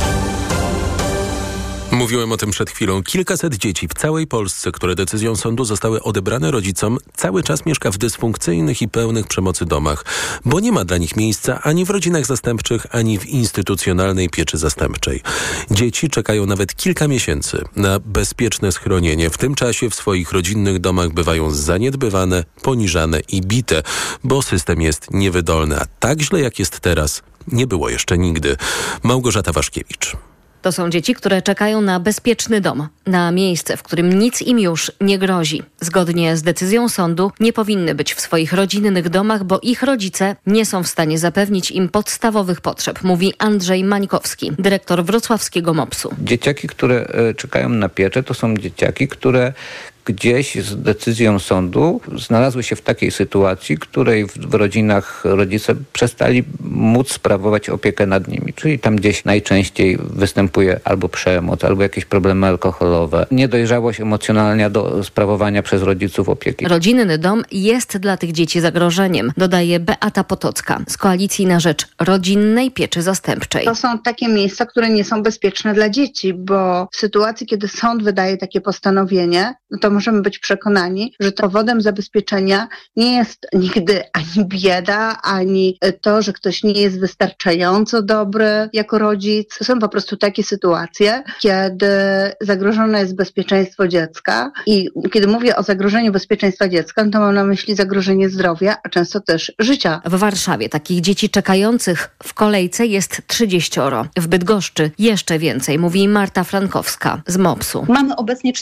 Speaker 6: Mówiłem o tym przed chwilą. Kilkaset dzieci w całej Polsce, które decyzją sądu zostały odebrane rodzicom, cały czas mieszka w dysfunkcyjnych i pełnych przemocy domach, bo nie ma dla nich miejsca ani w rodzinach zastępczych, ani w instytucjonalnej pieczy zastępczej. Dzieci czekają nawet kilka miesięcy na bezpieczne schronienie. W tym czasie w swoich rodzinnych domach bywają zaniedbywane, poniżane i bite, bo system jest niewydolny. A tak źle jak jest teraz, nie było jeszcze nigdy. Małgorzata Waszkiewicz.
Speaker 30: To są dzieci, które czekają na bezpieczny dom, na miejsce, w którym nic im już nie grozi. Zgodnie z decyzją sądu nie powinny być w swoich rodzinnych domach, bo ich rodzice nie są w stanie zapewnić im podstawowych potrzeb, mówi Andrzej Mańkowski, dyrektor wrocławskiego MOPS-u.
Speaker 31: Dzieciaki, które czekają na pieczę, to są dzieciaki, które gdzieś z decyzją sądu znalazły się w takiej sytuacji, której w rodzinach rodzice przestali móc sprawować opiekę nad nimi. Czyli tam gdzieś najczęściej występuje albo przemoc, albo jakieś problemy alkoholowe, niedojrzałość emocjonalna do sprawowania przez rodziców opieki.
Speaker 30: Rodzinny dom jest dla tych dzieci zagrożeniem, dodaje Beata Potocka z Koalicji na rzecz Rodzinnej Pieczy Zastępczej.
Speaker 32: To są takie miejsca, które nie są bezpieczne dla dzieci, bo w sytuacji, kiedy sąd wydaje takie postanowienie, no to
Speaker 10: możemy być przekonani, że powodem zabezpieczenia nie jest nigdy ani bieda, ani to, że ktoś nie jest wystarczająco dobry jako rodzic. Są po prostu takie sytuacje, kiedy zagrożone jest bezpieczeństwo dziecka i kiedy mówię o zagrożeniu bezpieczeństwa dziecka, to mam na myśli zagrożenie zdrowia, a często też życia.
Speaker 30: W Warszawie takich dzieci czekających w kolejce jest 30. W Bydgoszczy jeszcze więcej, mówi Marta Frankowska z MOPS-u.
Speaker 12: Mamy obecnie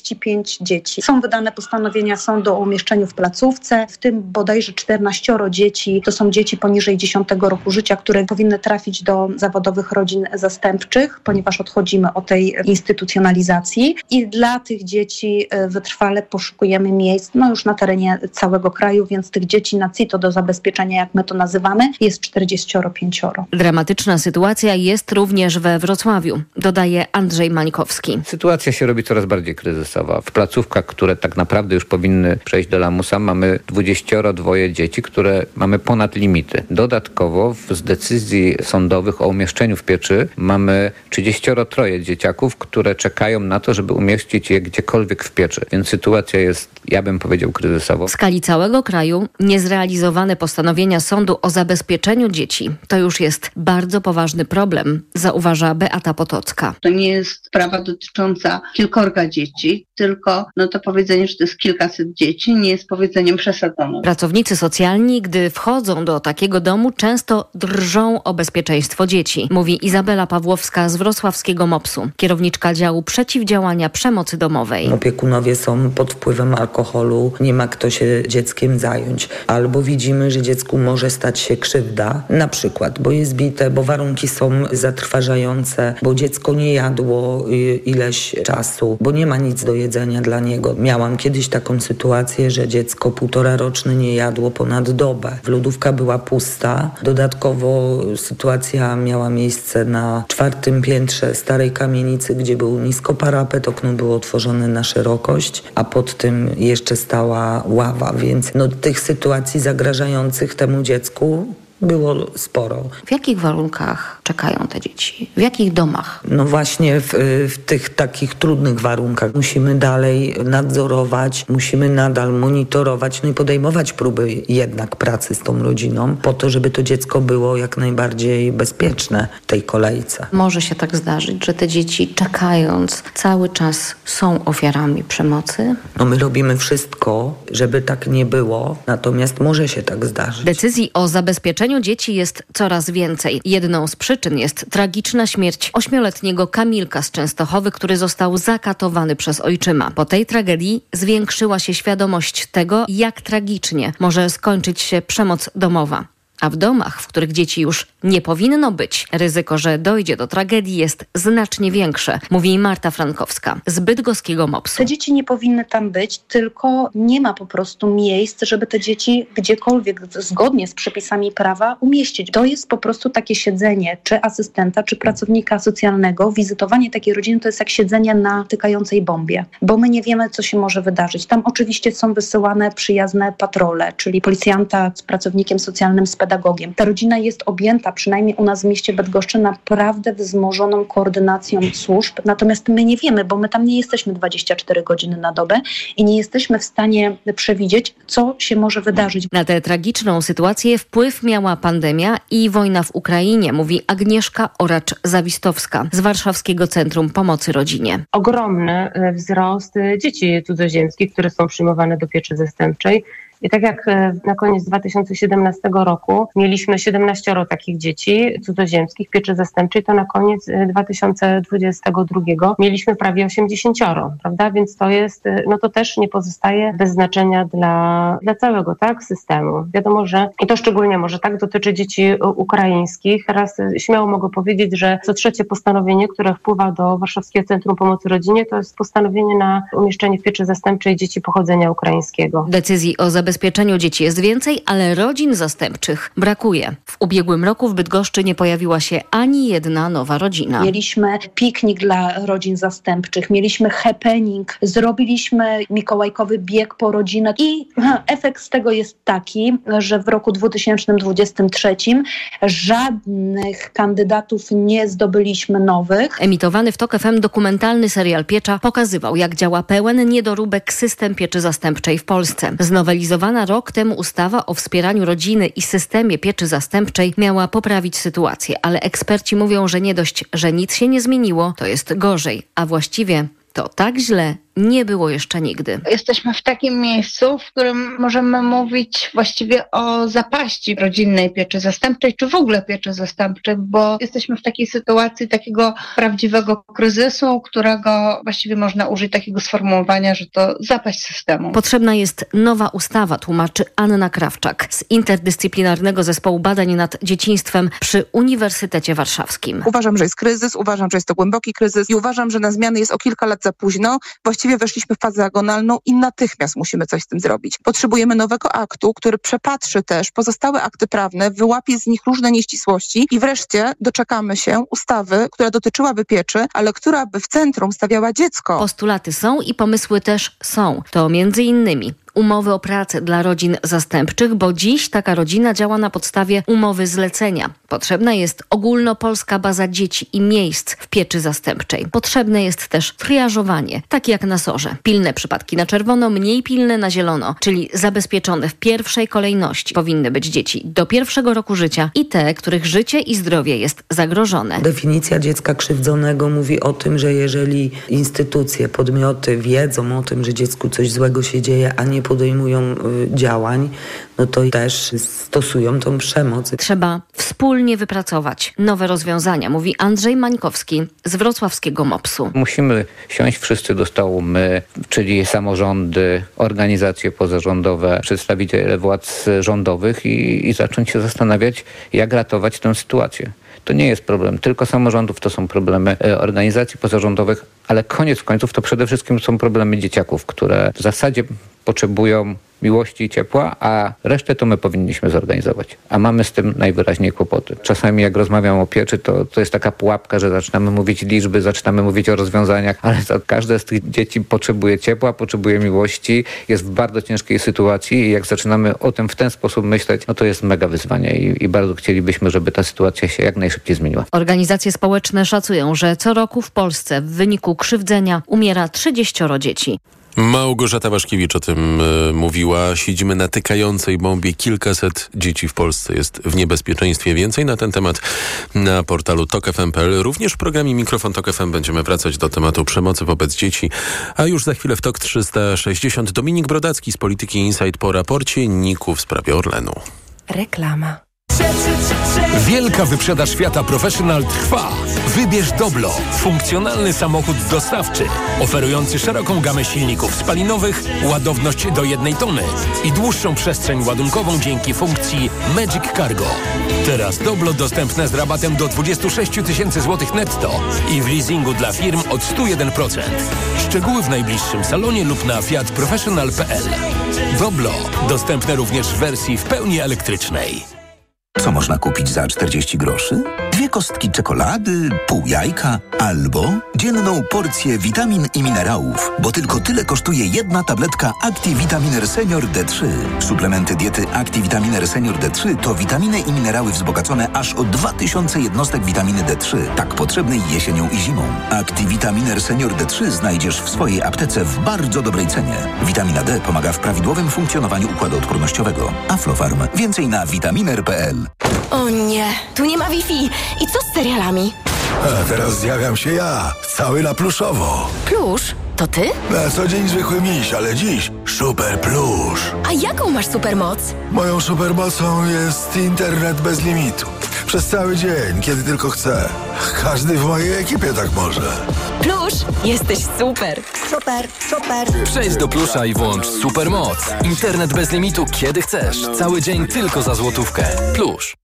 Speaker 12: 45 dzieci. Są wydane postanowienia sądu o umieszczeniu w placówce, w tym bodajże 14 dzieci. To są dzieci poniżej 10 roku życia, które powinny trafić do zawodowych rodzin zastępczych, ponieważ odchodzimy od tej instytucjonalizacji i dla tych dzieci wytrwale poszukujemy miejsc, już na terenie całego kraju, więc tych dzieci na CITO do zabezpieczenia, jak my to nazywamy, jest 45.
Speaker 30: Dramatyczna sytuacja jest również we Wrocławiu, dodaje Andrzej Mańkowski.
Speaker 31: Sytuacja się robi coraz bardziej kryzysowa. W placówkach, które tak naprawdę już powinny przejść do lamusa, mamy 22 dzieci, które mamy ponad limity. Dodatkowo z decyzji sądowych o umieszczeniu w pieczy mamy 33 dzieciaków, które czekają na to, żeby umieścić je gdziekolwiek w pieczy. Więc sytuacja jest, ja bym powiedział, kryzysowa.
Speaker 30: W skali całego kraju niezrealizowane postanowienia sądu o zabezpieczeniu dzieci to już jest bardzo poważny problem, zauważa Beata Potocka.
Speaker 10: To nie jest sprawa dotycząca kilkorga dzieci, tylko to powiedzenie, że to jest kilkaset dzieci, nie jest powiedzeniem przesadzonym.
Speaker 30: Pracownicy socjalni, gdy wchodzą do takiego domu, często drżą o bezpieczeństwo dzieci, mówi Izabela Pawłowska z wrocławskiego MOPS-u, kierowniczka działu przeciwdziałania przemocy domowej.
Speaker 13: Opiekunowie są pod wpływem alkoholu, nie ma kto się dzieckiem zająć. Albo widzimy, że dziecku może stać się krzywda, na przykład, bo jest bite, bo warunki są zatrważające, bo dziecko nie jadło ileś czasu, bo nie ma nic do jedzenia dla niego. Miałam kiedyś taką sytuację, że dziecko 1,5-roczne nie jadło ponad dobę. Lodówka była pusta. Dodatkowo sytuacja miała miejsce na 4. piętrze starej kamienicy, gdzie był nisko parapet, okno było otworzone na szerokość, a pod tym jeszcze stała ława, więc tych sytuacji zagrażających temu dziecku było sporo.
Speaker 30: W jakich warunkach czekają te dzieci? W jakich domach?
Speaker 13: Właśnie w tych takich trudnych warunkach. Musimy dalej nadzorować, musimy nadal monitorować, i podejmować próby jednak pracy z tą rodziną, po to, żeby to dziecko było jak najbardziej bezpieczne w tej kolejce.
Speaker 30: Może się tak zdarzyć, że te dzieci czekając cały czas są ofiarami przemocy?
Speaker 13: My robimy wszystko, żeby tak nie było, natomiast może się tak zdarzyć.
Speaker 30: Decyzji o zabezpieczeniu dzieci jest coraz więcej. Jedną z przyczyn jest tragiczna śmierć 8-letniego Kamilka z Częstochowy, który został zakatowany przez ojczyma. Po tej tragedii zwiększyła się świadomość tego, jak tragicznie może skończyć się przemoc domowa. A w domach, w których dzieci już nie powinno być, ryzyko, że dojdzie do tragedii jest znacznie większe, mówi Marta Frankowska z bydgoskiego MOPS-u.
Speaker 12: Te dzieci nie powinny tam być, tylko nie ma po prostu miejsc, żeby te dzieci gdziekolwiek zgodnie z przepisami prawa umieścić. To jest po prostu takie siedzenie, czy asystenta, czy pracownika socjalnego. Wizytowanie takiej rodziny to jest jak siedzenie na tykającej bombie, bo my nie wiemy, co się może wydarzyć. Tam oczywiście są wysyłane przyjazne patrole, czyli policjanta z pracownikiem socjalnym, z pedagogiem. Ta rodzina jest objęta, przynajmniej u nas w mieście Bydgoszczy, naprawdę wzmożoną koordynacją służb. Natomiast my nie wiemy, bo my tam nie jesteśmy 24 godziny na dobę i nie jesteśmy w stanie przewidzieć, co się może wydarzyć.
Speaker 30: Na tę tragiczną sytuację wpływ miała pandemia i wojna w Ukrainie, mówi Agnieszka Oracz-Zawistowska z Warszawskiego Centrum Pomocy Rodzinie.
Speaker 14: Ogromny wzrost dzieci cudzoziemskich, które są przyjmowane do pieczy zastępczej. I tak jak na koniec 2017 roku mieliśmy 17 takich dzieci cudzoziemskich w pieczy zastępczej, to na koniec 2022 mieliśmy prawie 80, prawda? Więc to jest, to też nie pozostaje bez znaczenia dla całego systemu. Wiadomo, że i to szczególnie może dotyczy dzieci ukraińskich. Teraz śmiało mogę powiedzieć, że co trzecie postanowienie, które wpływa do Warszawskiego Centrum Pomocy Rodzinie, to jest postanowienie na umieszczenie w pieczy zastępczej dzieci pochodzenia ukraińskiego.
Speaker 30: Decyzji o zabezpieczeniu zabezpieczeniu dzieci jest więcej, ale rodzin zastępczych brakuje. W ubiegłym roku w Bydgoszczy nie pojawiła się ani jedna nowa rodzina.
Speaker 12: Mieliśmy piknik dla rodzin zastępczych, mieliśmy happening, zrobiliśmy mikołajkowy bieg po rodzinach i efekt z tego jest taki, że w roku 2023 żadnych kandydatów nie zdobyliśmy nowych.
Speaker 30: Emitowany w TOK FM dokumentalny serial Piecza pokazywał, jak działa pełen niedoróbek system pieczy zastępczej w Polsce. Znowelizowana rok temu ustawa o wspieraniu rodziny i systemie pieczy zastępczej miała poprawić sytuację, ale eksperci mówią, że nie dość, że nic się nie zmieniło, to jest gorzej, a właściwie to tak źle nie było jeszcze nigdy.
Speaker 10: Jesteśmy w takim miejscu, w którym możemy mówić właściwie o zapaści rodzinnej pieczy zastępczej, czy w ogóle pieczy zastępczej, bo jesteśmy w takiej sytuacji takiego prawdziwego kryzysu, którego właściwie można użyć takiego sformułowania, że to zapaść systemu.
Speaker 30: Potrzebna jest nowa ustawa, tłumaczy Anna Krawczak z Interdyscyplinarnego Zespołu Badań nad Dzieciństwem przy Uniwersytecie Warszawskim.
Speaker 3: Uważam, że jest kryzys, uważam, że jest to głęboki kryzys i uważam, że na zmiany jest o kilka lat za późno. Właściwie weszliśmy w fazę agonalną i natychmiast musimy coś z tym zrobić. Potrzebujemy nowego aktu, który przepatrzy też pozostałe akty prawne, wyłapie z nich różne nieścisłości i wreszcie doczekamy się ustawy, która dotyczyłaby pieczy, ale która by w centrum stawiała dziecko.
Speaker 30: Postulaty są i pomysły też są. To między innymi umowy o pracę dla rodzin zastępczych, bo dziś taka rodzina działa na podstawie umowy zlecenia. Potrzebna jest ogólnopolska baza dzieci i miejsc w pieczy zastępczej. Potrzebne jest też triażowanie, tak jak na SOR-ze. Pilne przypadki na czerwono, mniej pilne na zielono, czyli zabezpieczone w pierwszej kolejności powinny być dzieci do 1. roku życia i te, których życie i zdrowie jest zagrożone.
Speaker 13: Definicja dziecka krzywdzonego mówi o tym, że jeżeli instytucje, podmioty wiedzą o tym, że dziecku coś złego się dzieje, a nie podejmują działań, no to też stosują tą przemoc.
Speaker 30: Trzeba wspólnie wypracować nowe rozwiązania, mówi Andrzej Mańkowski z wrocławskiego MOPS-u.
Speaker 31: Musimy siąść wszyscy do stołu, my, czyli samorządy, organizacje pozarządowe, przedstawiciele władz rządowych i zacząć się zastanawiać, jak ratować tę sytuację. To nie jest problem tylko samorządów, to są problemy organizacji pozarządowych, ale koniec końców to przede wszystkim są problemy dzieciaków, które w zasadzie potrzebują miłości i ciepła, a resztę to my powinniśmy zorganizować. A mamy z tym najwyraźniej kłopoty. Czasami jak rozmawiam o pieczy, to jest taka pułapka, że zaczynamy mówić liczby, zaczynamy mówić o rozwiązaniach, ale każde z tych dzieci potrzebuje ciepła, potrzebuje miłości, jest w bardzo ciężkiej sytuacji i jak zaczynamy o tym w ten sposób myśleć, no to jest mega wyzwanie i bardzo chcielibyśmy, żeby ta sytuacja się jak najszybciej zmieniła.
Speaker 30: Organizacje społeczne szacują, że co roku w Polsce w wyniku krzywdzenia umiera 30 dzieci.
Speaker 6: Małgorzata Waszkiewicz o tym mówiła. Siedzimy na tykającej bombie. Kilkaset dzieci w Polsce jest w niebezpieczeństwie. Więcej na ten temat na portalu TOK.fm.pl. Również w programie Mikrofon TOK FM będziemy wracać do tematu przemocy wobec dzieci. A już za chwilę w TOK 360 Dominik Brodacki z Polityki Insight po raporcie NIK-u w sprawie Orlenu.
Speaker 1: Reklama.
Speaker 8: Wielka wyprzedaż Fiata Professional trwa. Wybierz Doblo, funkcjonalny samochód dostawczy, oferujący szeroką gamę silników spalinowych, ładowność do 1 tony i dłuższą przestrzeń ładunkową dzięki funkcji Magic Cargo. Teraz Doblo dostępne z rabatem do 26 000 złotych netto i w leasingu dla firm od 101%. Szczegóły w najbliższym salonie lub na fiatprofessional.pl. Doblo dostępne również w wersji w pełni elektrycznej.
Speaker 28: Co można kupić za 40 groszy? 2 kostki czekolady, pół jajka albo dzienną porcję witamin i minerałów, bo tylko tyle kosztuje jedna tabletka Activitaminer Senior D3. Suplementy diety Activitaminer Senior D3 to witaminy i minerały wzbogacone aż o 2000 jednostek witaminy D3, tak potrzebnej jesienią i zimą. Activitaminer Senior D3 znajdziesz w swojej aptece w bardzo dobrej cenie. Witamina D pomaga w prawidłowym funkcjonowaniu układu odpornościowego. Aflofarm. Więcej na vitaminer.pl.
Speaker 15: O nie, tu nie ma Wi-Fi. I co z serialami?
Speaker 16: A teraz zjawiam się ja, cały na pluszowo.
Speaker 15: Plusz? To ty?
Speaker 16: Na co dzień zwykły miś, ale dziś super plusz.
Speaker 15: A jaką masz supermoc?
Speaker 16: Moją supermocą jest internet bez limitu. Przez cały dzień, kiedy tylko chcę. Każdy w mojej ekipie tak może.
Speaker 15: Plusz, jesteś super. Super, super.
Speaker 17: Przejdź do Plusza i włącz supermoc. Internet bez limitu, kiedy chcesz. Cały dzień tylko za złotówkę. Plusz.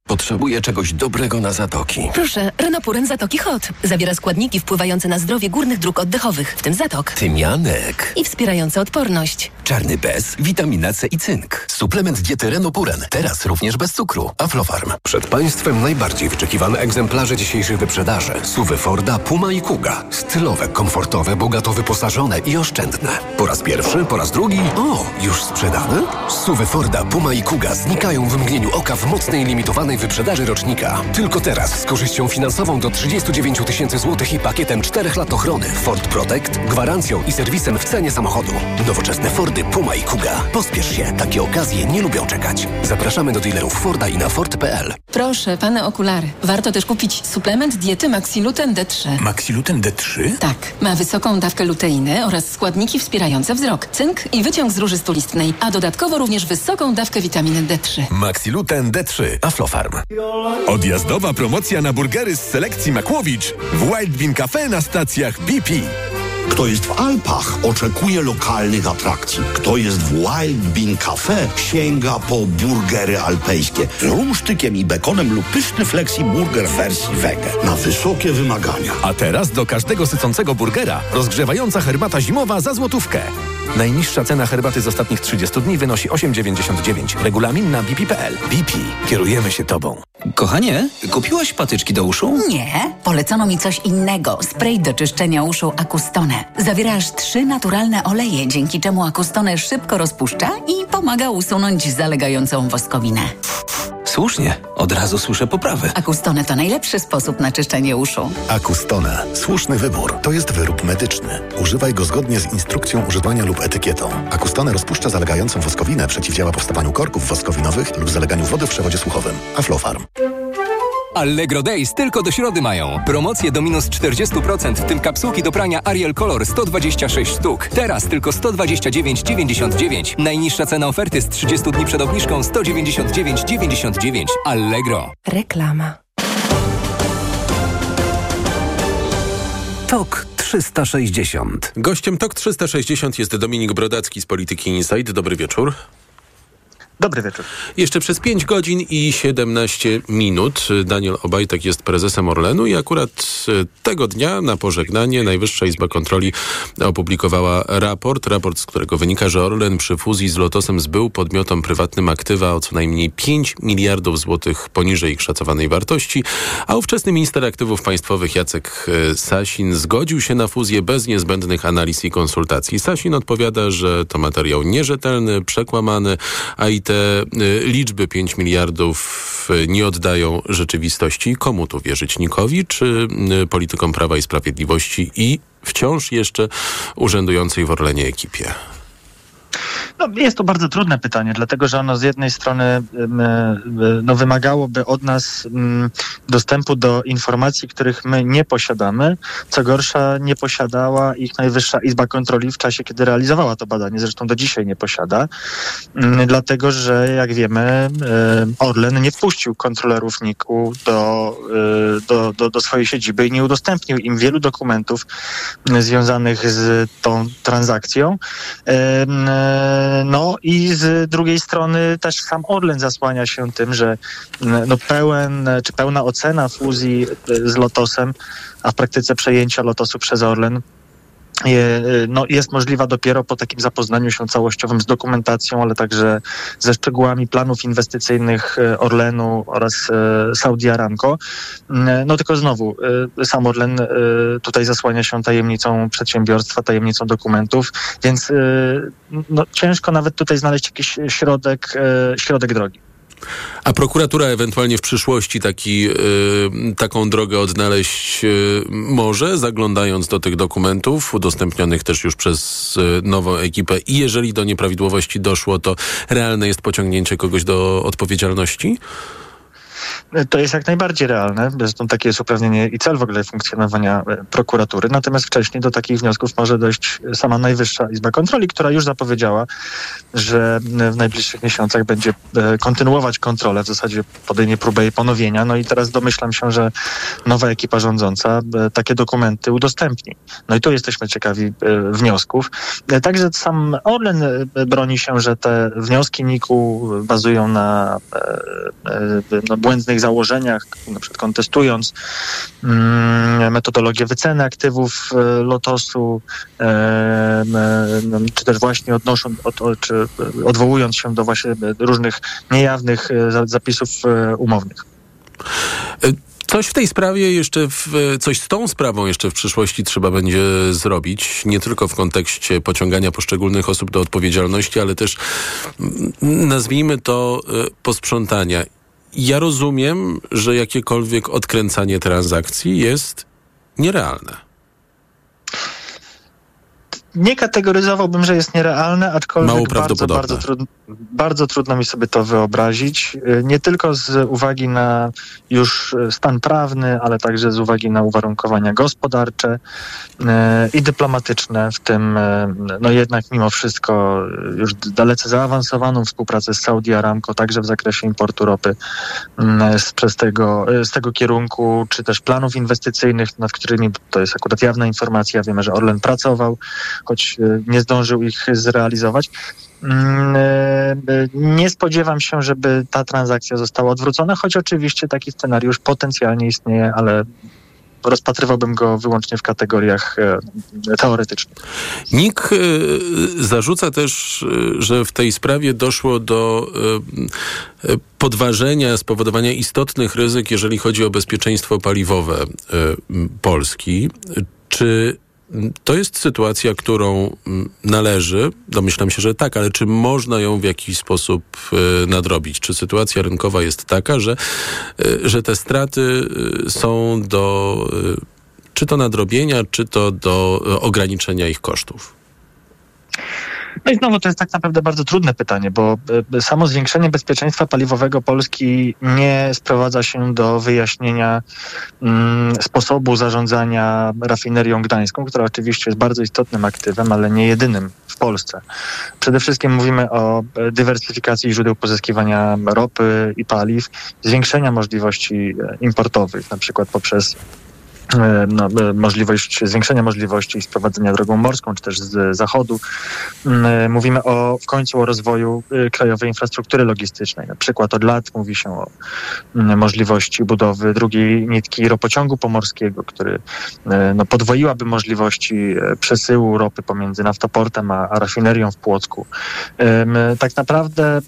Speaker 2: Potrzebuję czegoś dobrego na zatoki.
Speaker 15: Proszę, Renopuren Zatoki Hot. Zawiera składniki wpływające na zdrowie górnych dróg oddechowych, w tym zatok.
Speaker 2: Tymianek.
Speaker 15: I wspierające odporność.
Speaker 2: Czarny bez, witamina C i cynk. Suplement diety Renopuren. Teraz również bez cukru. Aflofarm. Przed Państwem najbardziej wyczekiwane egzemplarze dzisiejszych wyprzedaży. SUV-y Forda, Puma i Kuga. Stylowe, komfortowe, bogato wyposażone i oszczędne. Po raz pierwszy, po raz drugi. O, już sprzedane? SUV-y Forda, Puma i Kuga znikają w mgnieniu oka w mocnej, limitowanej wyprzedaży rocznika. Tylko teraz z korzyścią finansową do 39 000 złotych i pakietem 4 lat ochrony. Ford Protect, gwarancją i serwisem w cenie samochodu. Nowoczesne Fordy, Puma i Kuga. Pospiesz się, takie okazje nie lubią czekać. Zapraszamy do dealerów Forda i na Ford.pl.
Speaker 15: Proszę, pane okulary. Warto też kupić suplement diety Maxiluten D3.
Speaker 26: Maxiluten D3?
Speaker 15: Tak. Ma wysoką dawkę luteiny oraz składniki wspierające wzrok, cynk i wyciąg z róży stulistnej, a dodatkowo również wysoką dawkę witaminy D3.
Speaker 2: Maxiluten D3. Aflofarm.
Speaker 4: Odjazdowa promocja na burgery z selekcji Makłowicz w Wild Bean Cafe na stacjach BP.
Speaker 9: Kto jest w Alpach, oczekuje lokalnych atrakcji. Kto jest w Wild Bean Cafe, sięga po burgery alpejskie z rumsztykiem i bekonem lub pyszny flexi burger w wersji wege. Na wysokie wymagania.
Speaker 4: A teraz do każdego sycącego burgera rozgrzewająca herbata zimowa za złotówkę. Najniższa cena herbaty z ostatnich 30 dni wynosi 8,99. Regulamin na bp.pl. BP. Kierujemy się Tobą.
Speaker 17: Kochanie, kupiłaś patyczki do uszu?
Speaker 18: Nie, polecono mi coś innego. Spray do czyszczenia uszu Acustone. Zawiera aż 3 naturalne oleje, dzięki czemu Acustone szybko rozpuszcza i pomaga usunąć zalegającą woskowinę.
Speaker 17: Słusznie, od razu słyszę poprawy.
Speaker 18: Acustone to najlepszy sposób na czyszczenie uszu.
Speaker 19: Acustone. Słuszny wybór. To jest wyrób medyczny. Używaj go zgodnie z instrukcją używania lub etykietą. Acustone rozpuszcza zalegającą woskowinę, przeciwdziała powstawaniu korków woskowinowych lub zaleganiu wody w przewodzie słuchowym. Aflofarm.
Speaker 20: Allegro Days tylko do środy mają. Promocje do minus 40%, w tym kapsułki do prania Ariel Color 126 sztuk. Teraz tylko 129,99. Najniższa cena oferty z 30 dni przed obniżką 199,99. Allegro.
Speaker 15: Reklama.
Speaker 7: TOK 360.
Speaker 6: Gościem TOK 360 jest Dominik Brodacki z Polityki Insight. Dobry wieczór.
Speaker 21: Dobry wieczór.
Speaker 6: Jeszcze przez 5 godzin i 17 minut Daniel Obajtek jest prezesem Orlenu i akurat tego dnia na pożegnanie Najwyższa Izba Kontroli opublikowała raport, z którego wynika, że Orlen przy fuzji z Lotosem zbył podmiotom prywatnym aktywa o co najmniej 5 miliardów złotych poniżej ich szacowanej wartości, a ówczesny minister aktywów państwowych Jacek Sasin zgodził się na fuzję bez niezbędnych analiz i konsultacji. Sasin odpowiada, że to materiał nierzetelny, przekłamany, a i te liczby 5 miliardów nie oddają rzeczywistości. Komu tu wierzyć? Nikowi czy politykom Prawa i Sprawiedliwości i wciąż jeszcze urzędującej w Orlenie ekipie?
Speaker 21: No, jest to bardzo trudne pytanie, dlatego że ono z jednej strony wymagałoby od nas dostępu do informacji, których my nie posiadamy. Co gorsza, nie posiadała ich Najwyższa Izba Kontroli w czasie, kiedy realizowała to badanie. Zresztą do dzisiaj nie posiada. Dlatego, że jak wiemy, Orlen nie wpuścił kontrolerów NIK-u do swojej siedziby i nie udostępnił im wielu dokumentów związanych z tą transakcją. No i z drugiej strony też sam Orlen zasłania się tym, że pełna ocena fuzji z Lotosem, a w praktyce przejęcia Lotosu przez Orlen jest możliwa dopiero po takim zapoznaniu się całościowym z dokumentacją, ale także ze szczegółami planów inwestycyjnych Orlenu oraz Saudi Aramco. No tylko znowu, sam Orlen tutaj zasłania się tajemnicą przedsiębiorstwa, tajemnicą dokumentów, więc ciężko nawet tutaj znaleźć jakiś środek drogi.
Speaker 6: A prokuratura ewentualnie w przyszłości taką drogę odnaleźć może, zaglądając do tych dokumentów udostępnionych też już przez nową ekipę i jeżeli do nieprawidłowości doszło, to realne jest pociągnięcie kogoś do odpowiedzialności?
Speaker 21: To jest jak najbardziej realne. Zresztą takie jest uprawnienie i cel w ogóle funkcjonowania prokuratury. Natomiast wcześniej do takich wniosków może dojść sama Najwyższa Izba Kontroli, która już zapowiedziała, że w najbliższych miesiącach będzie kontynuować kontrolę, w zasadzie podejmie próbę jej ponowienia. No i teraz domyślam się, że nowa ekipa rządząca takie dokumenty udostępni. No i tu jesteśmy ciekawi wniosków. Także sam Orlen broni się, że te wnioski NIK-u bazują na błędnych założeniach, na przykład kontestując metodologię wyceny aktywów Lotosu, czy też właśnie odwołując się do właśnie różnych niejawnych zapisów umownych.
Speaker 6: Coś w tej sprawie coś z tą sprawą jeszcze w przyszłości trzeba będzie zrobić, nie tylko w kontekście pociągania poszczególnych osób do odpowiedzialności, ale też nazwijmy to posprzątania. Ja rozumiem, że jakiekolwiek odkręcanie transakcji jest nierealne.
Speaker 21: Nie kategoryzowałbym, że jest nierealne, aczkolwiek
Speaker 6: mało prawdopodobne.
Speaker 21: Bardzo trudno mi sobie to wyobrazić. Nie tylko z uwagi na już stan prawny, ale także z uwagi na uwarunkowania gospodarcze i dyplomatyczne, w tym jednak mimo wszystko już dalece zaawansowaną współpracę z Saudi Aramco, także w zakresie importu ropy z tego kierunku, czy też planów inwestycyjnych, nad którymi, to jest akurat jawna informacja, wiemy, że Orlen pracował, choć nie zdążył ich zrealizować. Nie spodziewam się, żeby ta transakcja została odwrócona, choć oczywiście taki scenariusz potencjalnie istnieje, ale rozpatrywałbym go wyłącznie w kategoriach teoretycznych.
Speaker 6: NIK zarzuca też, że w tej sprawie doszło do podważenia, spowodowania istotnych ryzyk, jeżeli chodzi o bezpieczeństwo paliwowe Polski. Czy to jest sytuacja, którą należy, domyślam się, że tak, ale czy można ją w jakiś sposób nadrobić? Czy sytuacja rynkowa jest taka, że te straty są czy to nadrobienia, czy to do ograniczenia ich kosztów?
Speaker 21: No i znowu to jest tak naprawdę bardzo trudne pytanie, bo samo zwiększenie bezpieczeństwa paliwowego Polski nie sprowadza się do wyjaśnienia sposobu zarządzania rafinerią gdańską, która oczywiście jest bardzo istotnym aktywem, ale nie jedynym w Polsce. Przede wszystkim mówimy o dywersyfikacji źródeł pozyskiwania ropy i paliw, zwiększenia możliwości importowych, na przykład poprzez zwiększenia możliwości sprowadzenia drogą morską, czy też z zachodu. Mówimy w końcu o rozwoju krajowej infrastruktury logistycznej. Na przykład od lat mówi się o możliwości budowy drugiej nitki ropociągu pomorskiego, który podwoiłaby możliwości przesyłu ropy pomiędzy Naftoportem a rafinerią w Płocku. Tak naprawdę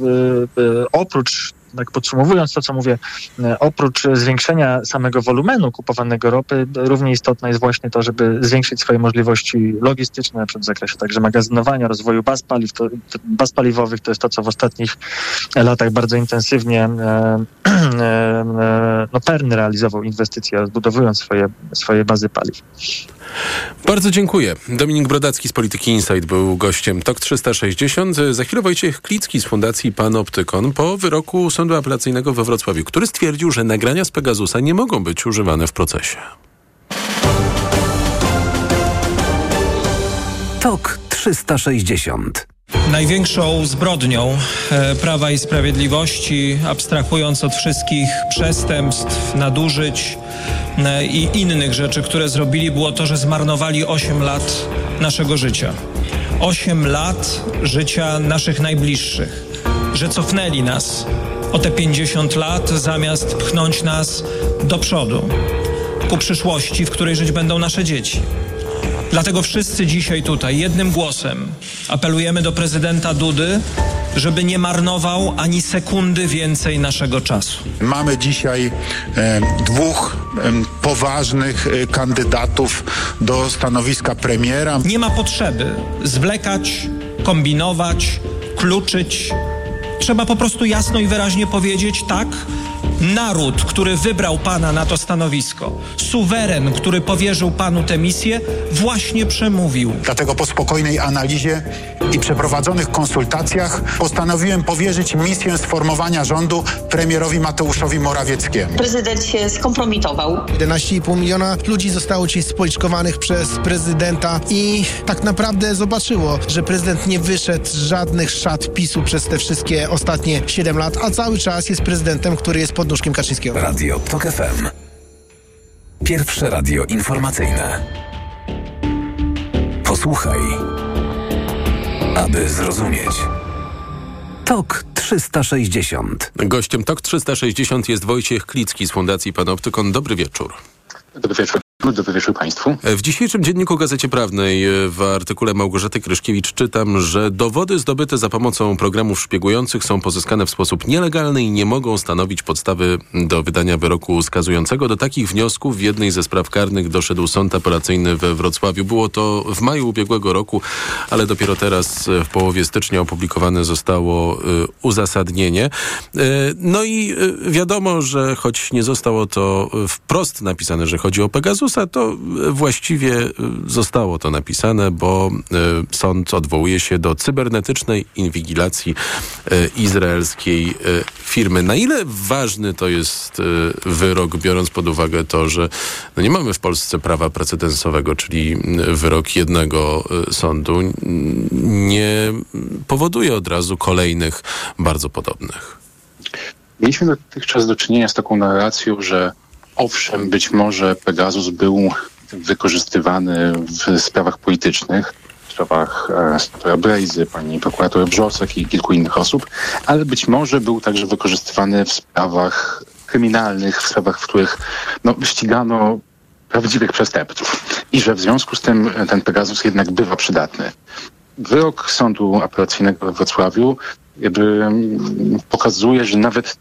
Speaker 21: tak podsumowując to, co mówię, oprócz zwiększenia samego wolumenu kupowanego ropy, równie istotne jest właśnie to, żeby zwiększyć swoje możliwości logistyczne, na przykład w zakresie także magazynowania, rozwoju baz paliwowych. To jest to, co w ostatnich latach bardzo intensywnie PERN realizował inwestycje, rozbudowując swoje bazy paliw.
Speaker 6: Bardzo dziękuję. Dominik Brodacki z Polityki Insight był gościem TOK 360. Za chwilę Wojciech Klicki z Fundacji Panoptykon po wyroku Sądu Apelacyjnego we Wrocławiu, który stwierdził, że nagrania z Pegasusa nie mogą być używane w procesie.
Speaker 28: TOK 360.
Speaker 5: Największą zbrodnią Prawa i Sprawiedliwości, abstrahując od wszystkich przestępstw, nadużyć i innych rzeczy, które zrobili, było to, że zmarnowali 8 lat naszego życia. 8 lat życia naszych najbliższych. Że cofnęli nas o te 50 lat, zamiast pchnąć nas do przodu, ku przyszłości, w której żyć będą nasze dzieci. Dlatego wszyscy dzisiaj tutaj jednym głosem apelujemy do prezydenta Dudy, żeby nie marnował ani sekundy więcej naszego czasu.
Speaker 10: Mamy dzisiaj dwóch poważnych kandydatów do stanowiska premiera.
Speaker 5: Nie ma potrzeby zwlekać, kombinować, kluczyć. Trzeba po prostu jasno i wyraźnie powiedzieć tak. Naród, który wybrał pana na to stanowisko, suweren, który powierzył panu tę misję, właśnie przemówił.
Speaker 10: Dlatego po spokojnej analizie i przeprowadzonych konsultacjach postanowiłem powierzyć misję sformowania rządu premierowi Mateuszowi Morawieckiemu.
Speaker 11: Prezydent się skompromitował.
Speaker 12: 11,5 miliona ludzi zostało dzisiaj spoliczkowanych przez prezydenta i tak naprawdę zobaczyło, że prezydent nie wyszedł z żadnych szat PiS-u przez te wszystkie ostatnie 7 lat, a cały czas jest prezydentem, który jest pod nóżkiem Kaczyńskiego.
Speaker 28: Radio TOK FM. Pierwsze radio informacyjne. Posłuchaj, aby zrozumieć. TOK 360.
Speaker 6: Gościem TOK 360 jest Wojciech Klicki z Fundacji Panoptykon. Dobry wieczór.
Speaker 3: Dobry wieczór. Dobry wieczór Państwu.
Speaker 6: W dzisiejszym dzienniku Gazecie Prawnej w artykule Małgorzaty Kryszkiewicz czytam, że dowody zdobyte za pomocą programów szpiegujących są pozyskane w sposób nielegalny i nie mogą stanowić podstawy do wydania wyroku skazującego. Do takich wniosków w jednej ze spraw karnych doszedł sąd apelacyjny we Wrocławiu. Było to w maju ubiegłego roku, ale dopiero teraz w połowie stycznia opublikowane zostało uzasadnienie. No i wiadomo, że choć nie zostało to wprost napisane, że chodzi o Pegasusa, to właściwie zostało to napisane, bo sąd odwołuje się do cybernetycznej inwigilacji izraelskiej firmy. Na ile ważny to jest wyrok, biorąc pod uwagę to, że nie mamy w Polsce prawa precedensowego, czyli wyrok jednego sądu nie powoduje od razu kolejnych bardzo podobnych?
Speaker 3: Mieliśmy dotychczas do czynienia z taką narracją, że owszem, być może Pegasus był wykorzystywany w sprawach politycznych, w sprawach senatora Brejzy, pani prokurator Brzosek i kilku innych osób, ale być może był także wykorzystywany w sprawach kryminalnych, w sprawach, w których ścigano prawdziwych przestępców i że w związku z tym ten Pegasus jednak bywa przydatny. Wyrok Sądu Apelacyjnego we Wrocławiu pokazuje, że nawet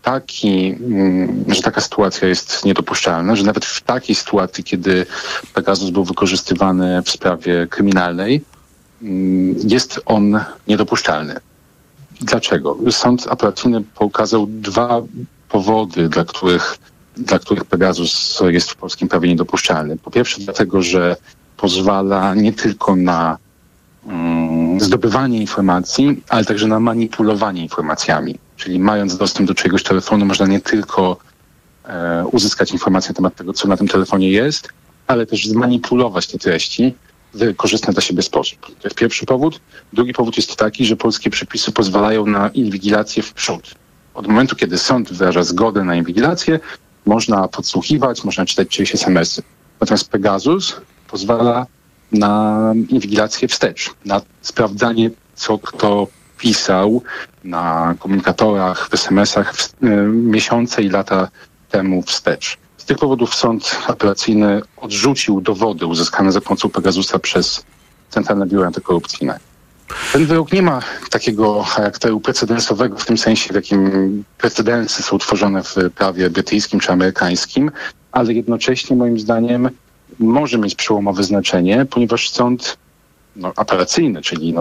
Speaker 3: że taka sytuacja jest niedopuszczalna, że nawet w takiej sytuacji, kiedy Pegasus był wykorzystywany w sprawie kryminalnej, jest on niedopuszczalny. Dlaczego? Sąd apelacyjny pokazał dwa powody, dla których Pegasus jest w polskim prawie niedopuszczalny. Po pierwsze dlatego, że pozwala nie tylko na zdobywanie informacji, ale także na manipulowanie informacjami. Czyli mając dostęp do czyjegoś telefonu, można nie tylko uzyskać informacje na temat tego, co na tym telefonie jest, ale też zmanipulować te treści w korzystny dla siebie sposób. To jest pierwszy powód. Drugi powód jest taki, że polskie przepisy pozwalają na inwigilację w przód. Od momentu, kiedy sąd wyraża zgodę na inwigilację, można podsłuchiwać, można czytać czyjeś SMS-y. Natomiast Pegasus pozwala na inwigilację wstecz, na sprawdzanie, co kto pisał na komunikatorach, w SMS-ach miesiące i lata temu wstecz. Z tych powodów sąd apelacyjny odrzucił dowody uzyskane za pomocą Pegasusa przez Centralne Biuro Antykorupcyjne. Ten wyrok nie ma takiego charakteru precedensowego w tym sensie, w jakim precedensy są tworzone w prawie brytyjskim czy amerykańskim, ale jednocześnie moim zdaniem może mieć przełomowe znaczenie, ponieważ sąd apelacyjny, czyli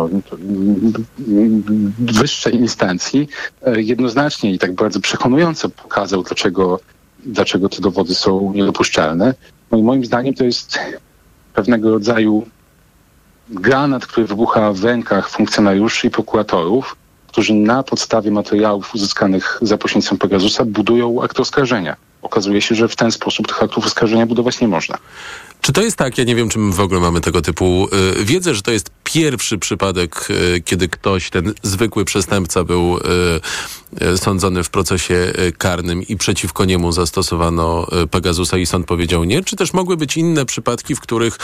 Speaker 3: wyższej instancji, jednoznacznie i tak bardzo przekonująco pokazał, dlaczego te dowody są niedopuszczalne. No i moim zdaniem to jest pewnego rodzaju granat, który wybucha w rękach funkcjonariuszy i prokuratorów, którzy na podstawie materiałów uzyskanych za pośrednictwem Pegasusa budują akt oskarżenia. Okazuje się, że w ten sposób tych aktów oskarżenia budować nie można.
Speaker 6: Czy to jest tak, ja nie wiem, czy my w ogóle mamy tego typu wiedzę, że to jest pierwszy przypadek, kiedy ktoś, ten zwykły przestępca był sądzony w procesie karnym i przeciwko niemu zastosowano Pegasusa i sąd powiedział nie? Czy też mogły być inne przypadki, w których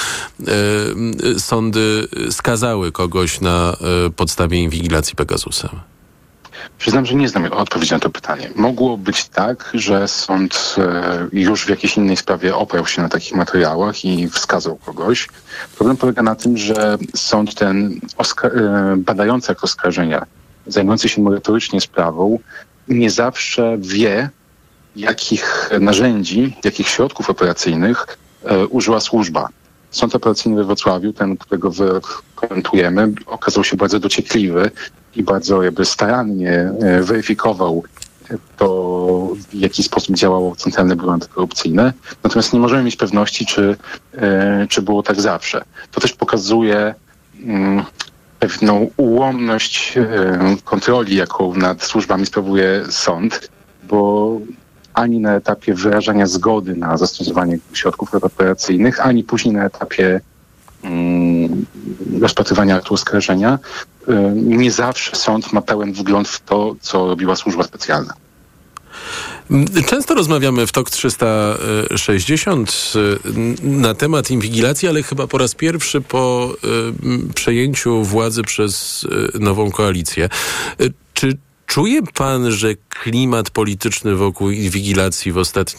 Speaker 6: sądy skazały kogoś na podstawie inwigilacji Pegasusem?
Speaker 3: Przyznam, że nie znam odpowiedzi na to pytanie. Mogło być tak, że sąd już w jakiejś innej sprawie oparł się na takich materiałach i wskazał kogoś. Problem polega na tym, że sąd ten badający akt oskarżenia, zajmujący się merytorycznie sprawą, nie zawsze wie, jakich narzędzi, jakich środków operacyjnych użyła służba. Sąd apelacyjny we Wrocławiu, ten, którego wyrok komentujemy, okazał się bardzo dociekliwy i bardzo starannie weryfikował to, w jaki sposób działało Centralne Biuro Antykorupcyjne. Natomiast nie możemy mieć pewności, czy było tak zawsze. To też pokazuje pewną ułomność kontroli, jaką nad służbami sprawuje sąd, bo ani na etapie wyrażania zgody na zastosowanie środków operacyjnych, ani później na etapie rozpatrywania aktu oskarżenia, nie zawsze sąd ma pełen wgląd w to, co robiła służba specjalna.
Speaker 6: Często rozmawiamy w TOK 360 na temat inwigilacji, ale chyba po raz pierwszy po przejęciu władzy przez nową koalicję. Czy czuje pan, że klimat polityczny wokół inwigilacji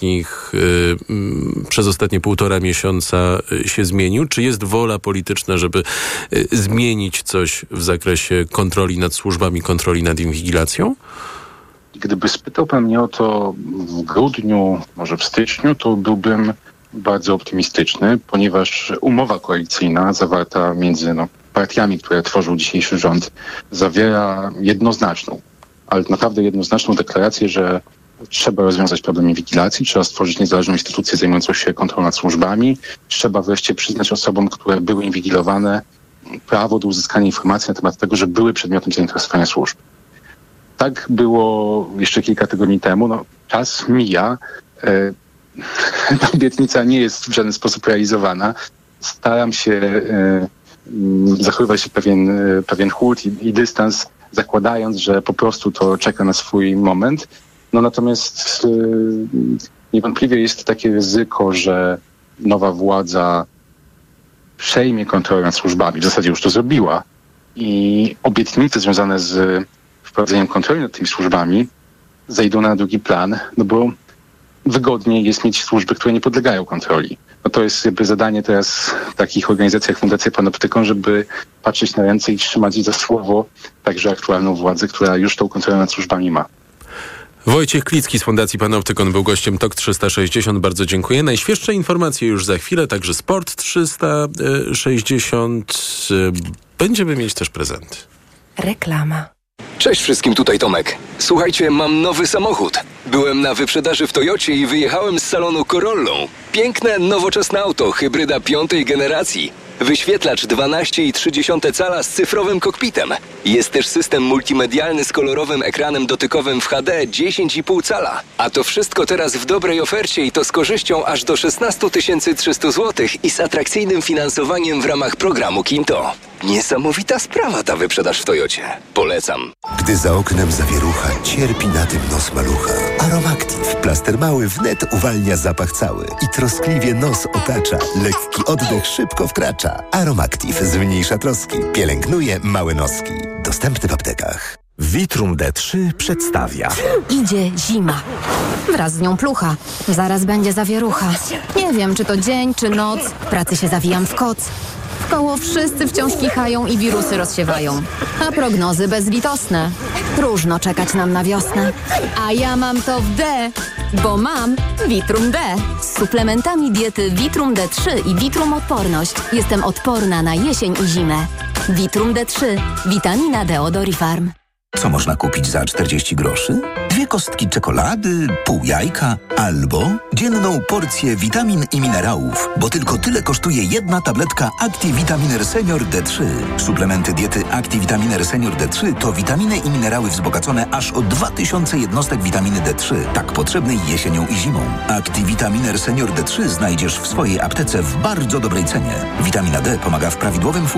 Speaker 6: przez ostatnie 1,5 miesiąca się zmienił? Czy jest wola polityczna, żeby zmienić coś w zakresie kontroli nad służbami, kontroli nad inwigilacją?
Speaker 3: Gdyby spytał pan mnie o to w grudniu, może w styczniu, to byłbym bardzo optymistyczny, ponieważ umowa koalicyjna zawarta między partiami, które tworzą dzisiejszy rząd, zawiera jednoznaczną, ale naprawdę jednoznaczną deklarację, że trzeba rozwiązać problem inwigilacji, trzeba stworzyć niezależną instytucję zajmującą się kontrolą nad służbami, trzeba wreszcie przyznać osobom, które były inwigilowane, prawo do uzyskania informacji na temat tego, że były przedmiotem zainteresowania służb. Tak było jeszcze kilka tygodni temu. Czas mija. Ta obietnica nie jest w żaden sposób realizowana. Staram się zachowywać pewien chłód i dystans, zakładając, że po prostu to czeka na swój moment. Natomiast niewątpliwie jest takie ryzyko, że nowa władza przejmie kontrolę nad służbami. W zasadzie już to zrobiła. I obietnice związane z wprowadzeniem kontroli nad tymi służbami zejdą na drugi plan, bo wygodniej jest mieć służby, które nie podlegają kontroli. To jest jakby zadanie teraz takich organizacji jak Fundacja Panoptykon, żeby patrzeć na ręce i trzymać za słowo także aktualną władzę, która już tą kontrolę nad służbami ma.
Speaker 6: Wojciech Klicki z Fundacji Panoptykon był gościem TOK 360. Bardzo dziękuję. Najświeższe informacje już za chwilę, także Sport 360. Będziemy mieć też prezenty.
Speaker 1: Reklama.
Speaker 20: Cześć wszystkim, tutaj Tomek. Słuchajcie, mam nowy samochód. Byłem na wyprzedaży w Toyocie i wyjechałem z salonu Corollą. Piękne, nowoczesne auto, hybryda 5. generacji. Wyświetlacz 12,3 cala z cyfrowym kokpitem. Jest też system multimedialny z kolorowym ekranem dotykowym w HD 10,5 cala. A to wszystko teraz w dobrej ofercie i to z korzyścią aż do 16 300 zł i z atrakcyjnym finansowaniem w ramach programu Kinto. Niesamowita sprawa ta wyprzedaż w Toyocie. Polecam.
Speaker 13: Gdy za oknem zawierucha, cierpi na tym nos malucha. Aromactive, plaster mały wnet uwalnia zapach cały i troskliwie nos otacza. Lekki oddech szybko wkracza. Aromactive zmniejsza troski, pielęgnuje małe noski. Dostępny w aptekach.
Speaker 14: Vitrum D3 przedstawia.
Speaker 22: Idzie zima. Wraz z nią plucha. Zaraz będzie zawierucha. Nie wiem, czy to dzień, czy noc. W pracy się zawijam w koc. Wkoło wszyscy wciąż kichają i wirusy rozsiewają. A prognozy bezlitosne. Próżno czekać nam na wiosnę. A ja mam to w D, bo mam Vitrum D. Z suplementami diety Vitrum D3 i Vitrum Odporność jestem odporna na jesień i zimę. Vitrum D3. Witamina D od Orifarm.
Speaker 28: Co można kupić za 40 groszy? 2 kostki czekolady, pół jajka albo dzienną porcję witamin i minerałów, bo tylko tyle kosztuje jedna tabletka ActiVitaminer Senior D3. Suplementy diety ActiVitaminer Senior D3 to witaminy i minerały wzbogacone aż o 2000 jednostek witaminy D3, tak potrzebnej jesienią i zimą. ActiVitaminer Senior D3 znajdziesz w swojej aptece w bardzo dobrej cenie. Witamina D pomaga w prawidłowym funkcjonowaniu